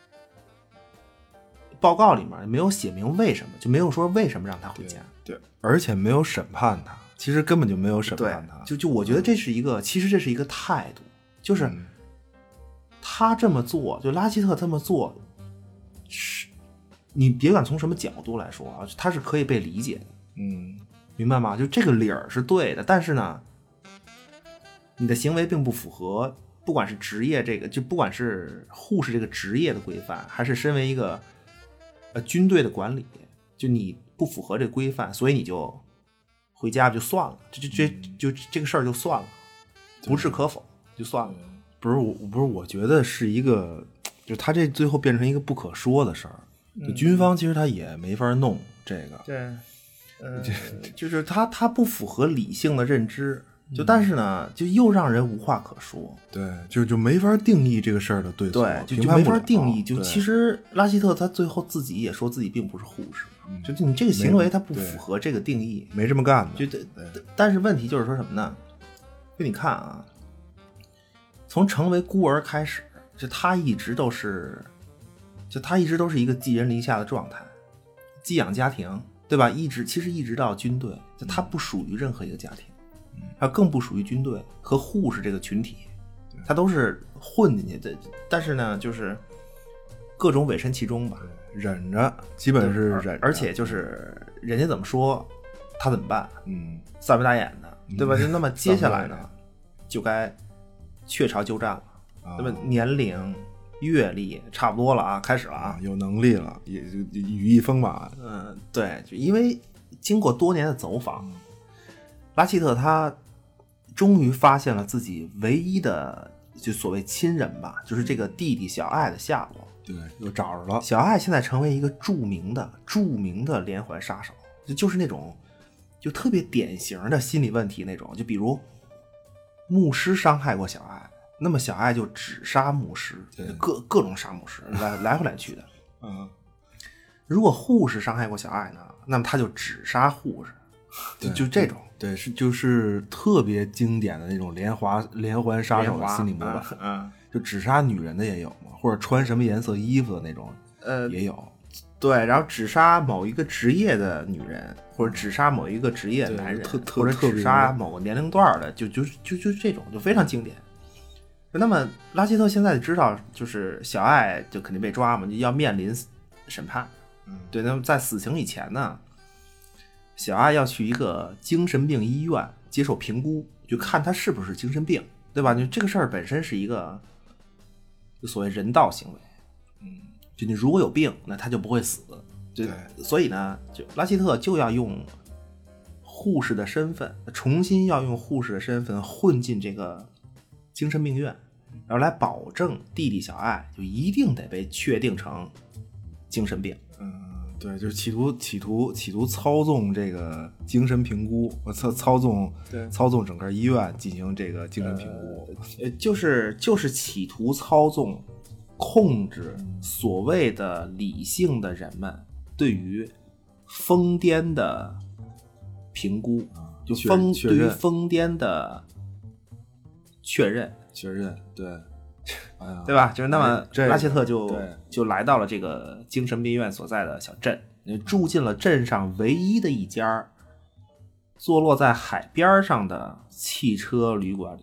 Speaker 4: 报告里面没有写明为什么，就没有说为什么让他回家，
Speaker 2: 对，对而且没有审判他，其实根本就没有审判他，
Speaker 4: 就就我觉得这是一个，嗯、其实这是一个态度，就是、
Speaker 2: 嗯、
Speaker 4: 他这么做，就拉希特这么做，是你别管从什么角度来说啊，他是可以被理解的，
Speaker 2: 嗯，
Speaker 4: 明白吗？就这个理儿是对的，但是呢。你的行为并不符合，不管是职业这个，就不管是护士这个职业的规范，还是身为一个呃军队的管理，就你不符合这个规范，所以你就回家就算了，这这就就这个事儿就算了，不置可否就算了。
Speaker 2: 不是我，不是我觉得是一个，就他这最后变成一个不可说的事儿。就军方其实他也没法弄这个，
Speaker 4: 对，呃，就是他他不符合理性的认知。就但是呢，就又让人无话可说。
Speaker 2: 对，就就没法定义这个事儿的对错，
Speaker 4: 对，就就没法定义。就其实拉希特他最后自己也说自己并不是护士，
Speaker 2: 嗯、
Speaker 4: 就你这个行为他不符合这个定义，
Speaker 2: 没这么干的。
Speaker 4: 就但是问题就是说什么呢？就你看啊，从成为孤儿开始，就他一直都是，就他一直都是一个寄人篱下的状态，寄养家庭，对吧？一直其实一直到军队，就他不属于任何一个家庭。它更不属于军队和护士这个群体，它都是混进去的。但是呢，就是各种委身其中吧，
Speaker 2: 忍着，基本是忍着。
Speaker 4: 而且就是人家怎么说，他怎么办？
Speaker 2: 嗯，
Speaker 4: 三眉大眼的，对吧？嗯、那么接下来呢，就该雀巢鸠占了。
Speaker 2: 啊、
Speaker 4: 那么年龄、阅历差不多了啊，开始了啊，
Speaker 2: 有能力了，也就羽翼丰满。
Speaker 4: 嗯，对，就因为经过多年的走访，拉希特他。终于发现了自己唯一的就所谓亲人吧，就是这个弟弟小爱的下落。
Speaker 2: 对，又找着了。
Speaker 4: 小爱现在成为一个著名的著名的连环杀手，就就是那种就特别典型的心理问题那种。就比如牧师伤害过小爱，那么小爱就只杀牧师，各各种杀牧师，来来回来去的。
Speaker 2: 嗯，
Speaker 4: 如果护士伤害过小爱呢，那么他就只杀护士，就就这种。
Speaker 2: 对，是就是特别经典的那种连环连环杀手的心理模板，
Speaker 4: 嗯，
Speaker 2: 就只杀女人的也有嘛，或者穿什么颜色衣服的那种，
Speaker 4: 呃，
Speaker 2: 也有。
Speaker 4: 对，然后只杀某一个职业的女人，或者只杀某一个职业的男人，
Speaker 2: 特特
Speaker 4: 或者只杀某个年龄段的，就就就就这种，就非常经典。那么拉希特现在知道，就是小爱就肯定被抓嘛，就要面临审判。
Speaker 2: 嗯，
Speaker 4: 对，那么在死刑以前呢？小爱要去一个精神病医院接受评估，就看他是不是精神病，对吧？就这个事儿本身是一个就所谓人道行为，
Speaker 2: 嗯，
Speaker 4: 就你如果有病，那他就不会死，
Speaker 2: 对，
Speaker 4: 所以呢，就拉希特就要用护士的身份，重新要用护士的身份混进这个精神病院，然后来保证弟弟小爱就一定得被确定成精神病，
Speaker 2: 嗯。对，就是企图企图企图操纵这个精神评估，操操纵操纵整个医院进行这个精神评估，
Speaker 4: 呃，就是就是企图操纵、控制所谓的理性的人们对于疯癫的评估，就疯对于疯癫的确认
Speaker 2: 确认，对。
Speaker 4: 哎、对吧？就是那么拉希特就就来到了这个精神病院所在的小镇，住进了镇上唯一的一家坐落在海边上的汽车旅馆里。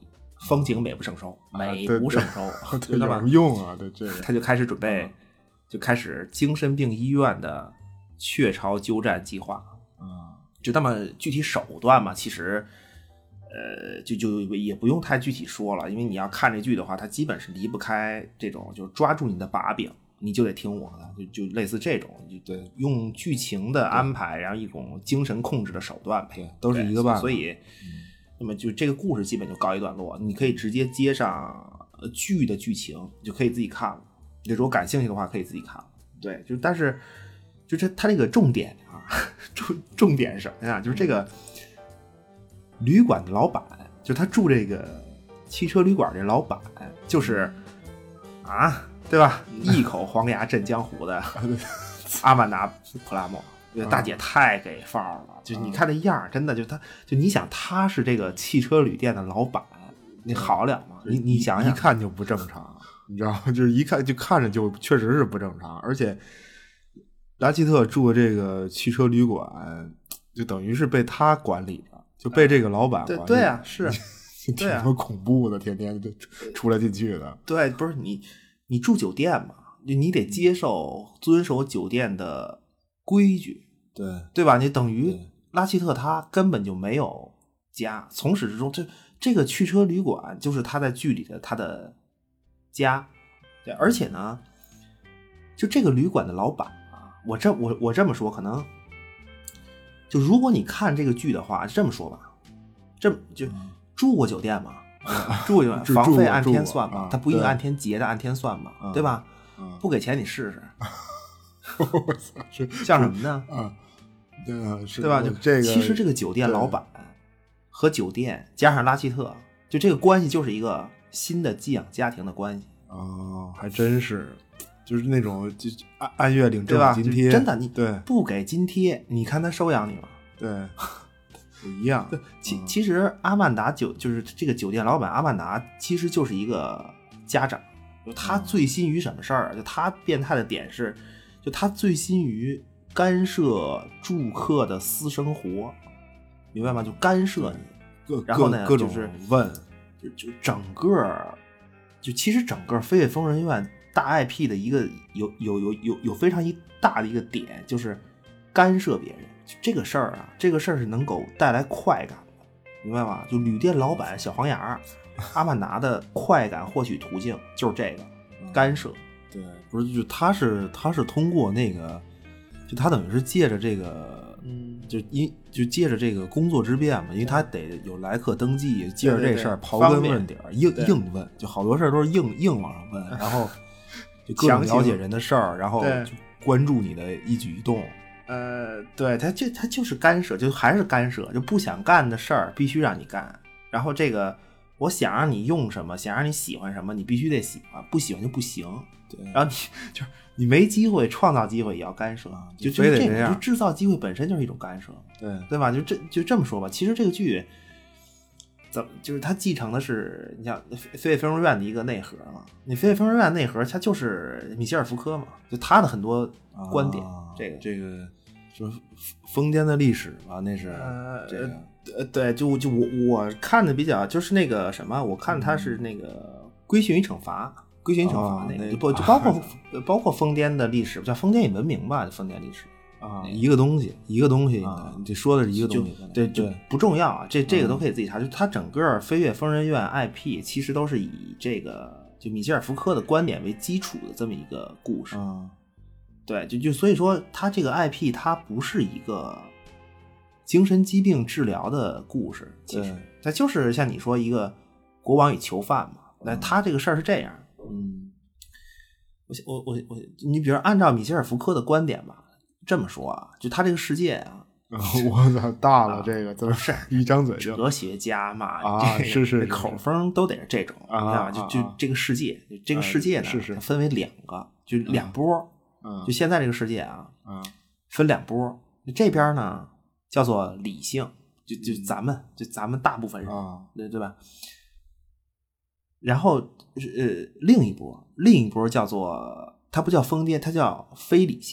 Speaker 4: 风景美不胜收，美不胜收，
Speaker 5: 啊、对，有什么用啊？对这个，
Speaker 4: 他就开始准备，就开始精神病医院的雀巢鸠占计划
Speaker 5: 啊。
Speaker 4: 就那么具体手段嘛，其实，呃，就就也不用太具体说了，因为你要看这剧的话，它基本是离不开这种，就抓住你的把柄，你就得听我的，就就类似这种，就对，用剧情的安排，然后一种精神控制的手段配，
Speaker 5: 都是一个办法。
Speaker 4: 所以，嗯、那么就这个故事基本就告一段落，你可以直接接上剧的剧情，就可以自己看了。你如果感兴趣的话，可以自己看了。对，就但是。就这，他这个重点啊，重重点是什么呀？就是这个旅馆的老板，就他住这个汽车旅馆这老板，就是啊，对吧？一口黄牙镇江湖的阿曼达普拉莫，大姐太给范儿了。就你看那样，真的就他，就你想他是这个汽车旅店的老板，你好了吗？你你想想，
Speaker 5: 一看就不正常，你知道吗？就是一看就看着就确实是不正常，而且。拉希特住的这个汽车旅馆，就等于是被他管理的，就被这个老板管理。
Speaker 4: 对对啊，是，
Speaker 5: 挺他妈恐怖的，天天就出来进去的。
Speaker 4: 对，不是你，你住酒店嘛，你得接受遵守酒店的规矩，
Speaker 5: 对
Speaker 4: 对吧？你等于拉希特他根本就没有家，从始至终，这这个汽车旅馆就是他在剧里的他的家，对，而且呢，就这个旅馆的老板。我这我我这么说，可能就如果你看这个剧的话，这么说吧，这就住过酒店嘛，嗯、住过酒店，房费按天算嘛，他不一定按天结的，按天算嘛，
Speaker 5: 嗯、
Speaker 4: 对吧？
Speaker 5: 嗯、
Speaker 4: 不给钱你试试，
Speaker 5: 我操，
Speaker 4: 像什么呢？
Speaker 5: 啊，对啊，
Speaker 4: 对吧？就
Speaker 5: 这个，
Speaker 4: 其实这个酒店老板和酒店加上拉希特，就这个关系就是一个新的寄养家庭的关系。
Speaker 5: 哦，还真是。就是那种就按按月领政府津贴，
Speaker 4: 真的，你
Speaker 5: 对
Speaker 4: 不给津贴，你看他收养你吗？
Speaker 5: 对，不一样。
Speaker 4: 其其实阿曼达酒就是这个酒店老板阿曼达，其实就是一个家长，就他醉心于什么事儿、嗯？就他变态的点是，就他醉心于干涉住客的私生活，明白吗？就干涉你，然后呢，
Speaker 5: 各种
Speaker 4: 就是
Speaker 5: 问，
Speaker 4: 就就整个，就其实整个飞越疯人院。大 I P 的一个有有有有有非常一大的一个点，就是干涉别人这个事儿啊，这个事儿是能够带来快感的，明白吗？就旅店老板小黄牙阿曼达的快感获取途径就是这个干涉。
Speaker 5: 对，不是，就他是他是通过那个，就他等于是借着这个，嗯，就因就借着这个工作之便嘛，因为他得有来客登记，借着这事儿刨根问底儿，硬硬问，就好多事儿都是硬硬往上问，然后。就各种了解人的事儿，然后就关注你的一举一动。
Speaker 4: 呃，对，他就他就是干涉，就还是干涉，就不想干的事儿必须让你干。然后这个，我想让你用什么，想让你喜欢什么，你必须得喜欢，不喜欢就不行。
Speaker 5: 对，
Speaker 4: 然后你就是你没机会创造机会也要干涉，啊、就
Speaker 5: 非得
Speaker 4: 这样，就制造机会本身就是一种干涉。
Speaker 5: 对，
Speaker 4: 对吧？就这就这么说吧，其实这个剧。怎么就是它继承的是你像《飞越疯人院》的一个内核嘛？你《飞越疯人院》内核它就是米歇尔·福柯嘛，就他的很多观点，
Speaker 5: 啊、
Speaker 4: 这个
Speaker 5: 这个说疯癫的历史吧，那是
Speaker 4: 呃
Speaker 5: 这个
Speaker 4: 呃对，就就我我看的比较就是那个什么，我看他是那个《规训与惩罚》，《规训与惩罚》那个、
Speaker 5: 哦、
Speaker 4: 就不就包括包括疯癫的历史，叫疯癫与文明吧，疯癫历史。
Speaker 5: 啊，一个东西，一个东西，
Speaker 4: 啊，
Speaker 5: 你这说的是一个东西，
Speaker 4: 对，就不重要啊，这这个都可以自己查。就它整个飞越疯人院 I P 其实都是以这个就米歇尔·福柯的观点为基础的这么一个故事。
Speaker 5: 啊，
Speaker 4: 对，就就所以说，它这个 I P 它不是一个精神疾病治疗的故事，其实它就是像你说一个国王与囚犯嘛。那他这个事儿是这样，嗯，我我我我，你比如按照米歇尔·福柯的观点吧。这么说啊，就他这个世界啊，
Speaker 5: 我操，大了，这个
Speaker 4: 不是
Speaker 5: 一张嘴就
Speaker 4: 哲学家嘛
Speaker 5: 啊，是是
Speaker 4: 口风都得是这种，你知道吧？就就这个世界，这个世界呢，
Speaker 5: 是是
Speaker 4: 分为两个，就两波，就现在这个世界啊，分两波，这边呢叫做理性，就就咱们就咱们大部分人，对对吧？然后呃，另一波，另一波叫做它不叫疯癫，它叫非理性。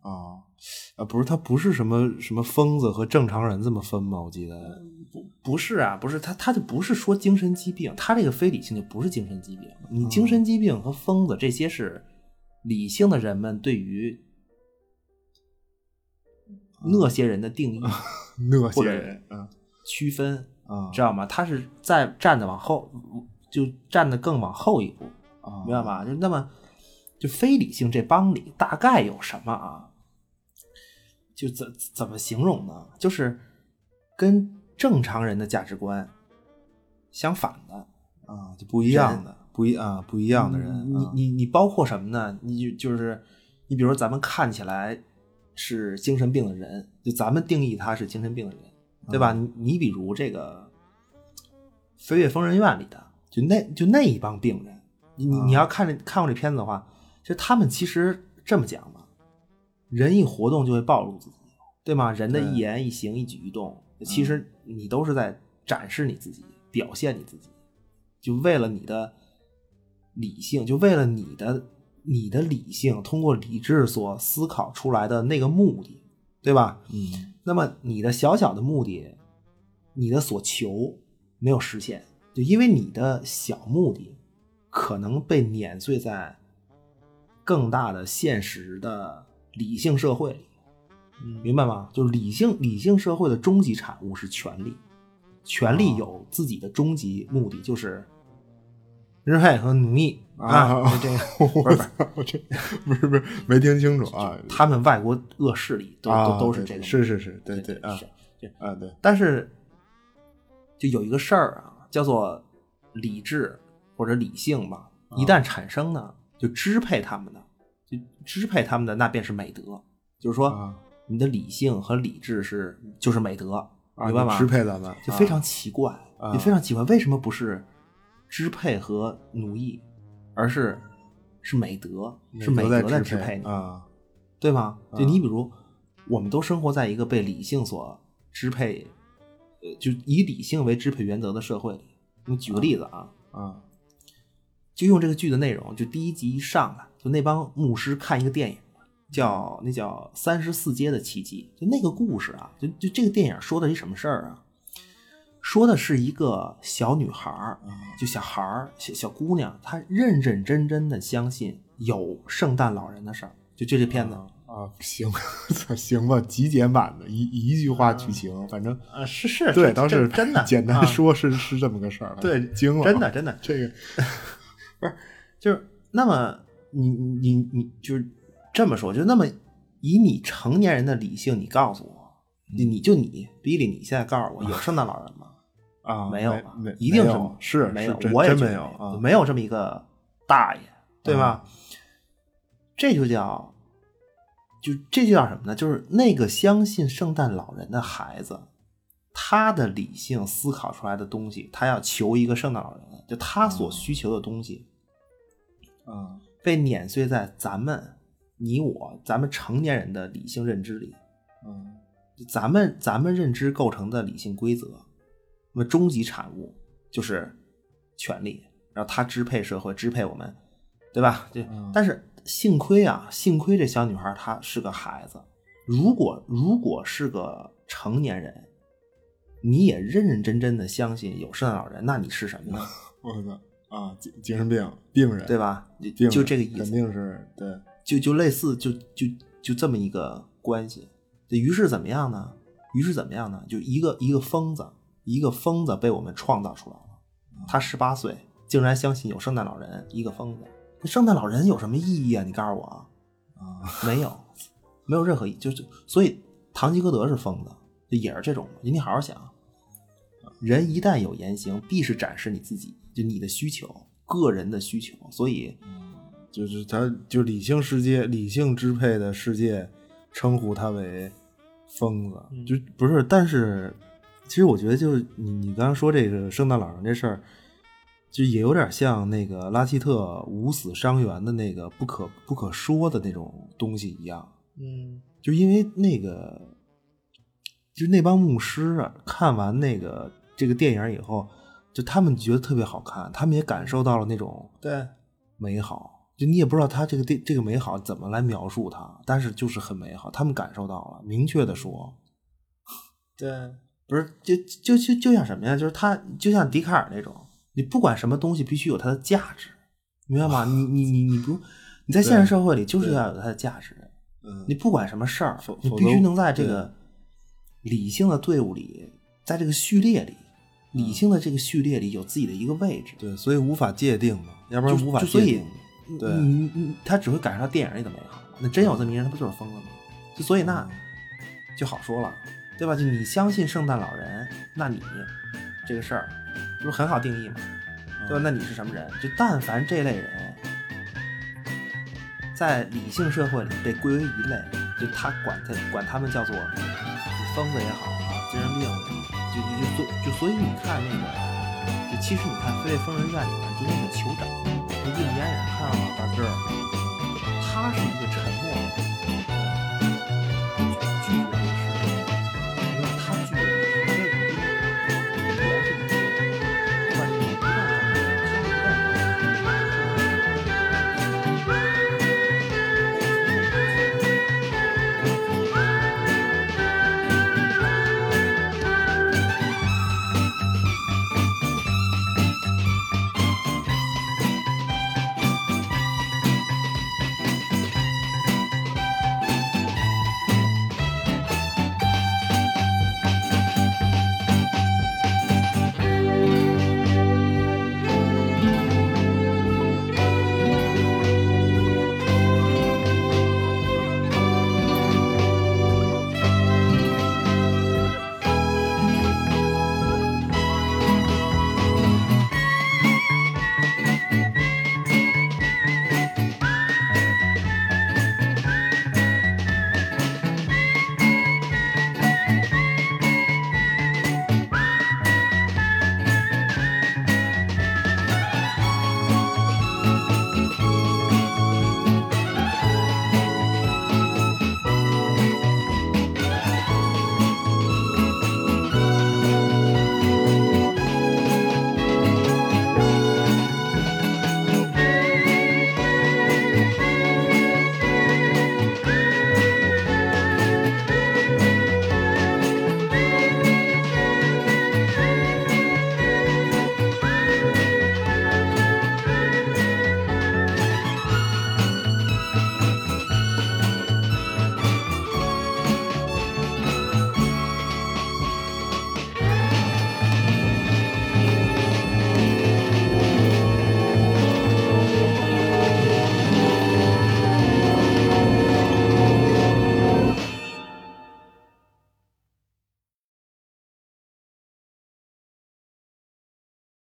Speaker 5: 啊啊，不是，他不是什么什么疯子和正常人这么分吗？我记得
Speaker 4: 不不是啊，不是他他就不是说精神疾病，他这个非理性就不是精神疾病。你精神疾病和疯子这些是理性的人们对于那些人的定义，
Speaker 5: 那些人啊
Speaker 4: 区分
Speaker 5: 啊，
Speaker 4: 知道吗？他是在站的往后，就站的更往后一步，
Speaker 5: 啊，
Speaker 4: 明白吧？就那么就非理性这帮里大概有什么啊？就怎怎么形容呢？就是跟正常人的价值观相反的
Speaker 5: 啊，就不一样的，不一啊不一样的人。
Speaker 4: 你你你包括什么呢？你就是你比如说咱们看起来是精神病的人，就咱们定义他是精神病的人，对吧？
Speaker 5: 嗯、
Speaker 4: 你你比如这个《飞越疯人院》里的，就那就那一帮病人，你你、啊、你要看看过这片子的话，就他们其实这么讲嘛。人一活动就会暴露自己，对吗？人的一言一行一举一动，其实你都是在展示你自己，表现你自己，就为了你的理性，就为了你的你的理性通过理智所思考出来的那个目的，对吧？
Speaker 5: 嗯。
Speaker 4: 那么你的小小的目的，你的所求没有实现，就因为你的小目的可能被碾碎在更大的现实的理性社会里，明白吗？就是理性理性社会的终极产物是权力，权力有自己的终极目的，就是支配和奴役啊。
Speaker 5: 啊
Speaker 4: 这个不是
Speaker 5: 不是不是不是没听清楚啊。
Speaker 4: 他们外国恶势力都、
Speaker 5: 啊、
Speaker 4: 都都是这个，
Speaker 5: 是是是，对
Speaker 4: 对
Speaker 5: 啊，
Speaker 4: 是
Speaker 5: 啊对。
Speaker 4: 但是就有一个事儿啊，叫做理智或者理性吧，一旦产生呢，就支配他们的。就支配他们的那便是美德，就是说、啊、你的理性和理智是就是美德，
Speaker 5: 啊、
Speaker 4: 明白吗？
Speaker 5: 支配咱们
Speaker 4: 就非常奇怪，
Speaker 5: 啊、
Speaker 4: 就非常奇怪，为什么不是支配和奴役，而是是美德，是美德在支配你
Speaker 5: 啊，
Speaker 4: 对吗？就你比如，我们都生活在一个被理性所支配，呃，就以理性为支配原则的社会里。你举个例子啊，
Speaker 5: 啊，
Speaker 4: 就用这个剧的内容，就第一集一上来。就那帮牧师看一个电影，叫那叫三十四街的奇迹。就那个故事啊，就就这个电影说的是什么事儿啊？说的是一个小女孩，就小孩小小姑娘，她认认真真的相信有圣诞老人的事儿。就就这片子
Speaker 5: 啊, 啊，行行吧，极简版的一一句话剧情，啊、反正
Speaker 4: 啊是是，
Speaker 5: 对，当时
Speaker 4: 真的
Speaker 5: 简单说是、啊、是这么个事儿，
Speaker 4: 对，
Speaker 5: 惊了，
Speaker 4: 真的真的
Speaker 5: 这个
Speaker 4: 不是就是那么。你你你就是这么说，就那么以你成年人的理性，你告诉我，你你就你比利，你现在告诉我有圣诞老人吗？
Speaker 5: 啊，
Speaker 4: 没有吧？
Speaker 5: 没
Speaker 4: 一定
Speaker 5: 是
Speaker 4: 是没有，
Speaker 5: 是
Speaker 4: 我也
Speaker 5: 真没有
Speaker 4: 啊，没有这么一个大爷，对吧？嗯、这就叫，就这就叫什么呢？就是那个相信圣诞老人的孩子，他的理性思考出来的东西，他要求一个圣诞老人，就他所需求的东西，
Speaker 5: 啊。
Speaker 4: 被碾碎在咱们、你我、咱们成年人的理性认知里，
Speaker 5: 嗯，
Speaker 4: 咱们咱们认知构成的理性规则，那么终极产物就是权力，然后它支配社会，支配我们，对吧？对。
Speaker 5: 嗯、
Speaker 4: 但是幸亏啊，幸亏这小女孩她是个孩子，如果如果是个成年人，你也认认真真的相信有圣诞老人，那你是什么呢？
Speaker 5: 我操！啊，精精神病病人，
Speaker 4: 对吧？就这个意思，
Speaker 5: 肯定是对，
Speaker 4: 就就类似，就就就这么一个关系。于是怎么样呢？于是怎么样呢？就一个一个疯子，一个疯子被我们创造出来了。他十八岁，竟然相信有圣诞老人，一个疯子。圣诞老人有什么意义啊？你告诉我啊，没有，没有任何意义。就是所以，堂吉诃德是疯子，就也是这种。你好好想，人一旦有言行，必是展示你自己。就你的需求，个人的需求，所以，
Speaker 5: 嗯、就是他，就理性世界、理性支配的世界，称呼他为疯子，
Speaker 4: 嗯、
Speaker 5: 就不是。但是，其实我觉得，就是你你刚刚说这个圣诞老人这事儿，就也有点像那个拉希特无死伤员的那个不可不可说的那种东西一样。
Speaker 4: 嗯，
Speaker 5: 就因为那个，就那帮牧师啊，看完那个这个电影以后。就他们觉得特别好看，他们也感受到了那种
Speaker 4: 对
Speaker 5: 美好， 就你也不知道他这个这个美好怎么来描述它，但是就是很美好，他们感受到了，明确的说，
Speaker 4: 对，
Speaker 5: 不是就就就就像什么呀？就是他就像笛卡尔那种，你不管什么东西必须有它的价值，明白吗？你你你你不你在现实社会里就是要有它的价值，
Speaker 2: 嗯，
Speaker 5: 你不管什么事儿，你必须能在这个理性的队伍里，在这个序列里。理性的这个序列里有自己的一个位置，
Speaker 2: 对，所以无法界定嘛，要不然无法界定。
Speaker 5: 所以，
Speaker 2: 对，
Speaker 5: 你你他只会感受到电影里的美好。那真有这么一人，他不就是疯了吗？就所以那就好说了，对吧？就你相信圣诞老人，那你这个事儿不是很好定义吗？对吧？那你是什么人？就但凡这类人，在理性社会里被归为一类，就他管他管他们叫做疯子也好啊，精神病也好。就就就所就所以你看那个，就其实你看《飞越疯人院》里面，就那个酋长，那印第安人看到吗？大个儿，他是一个沉默的人，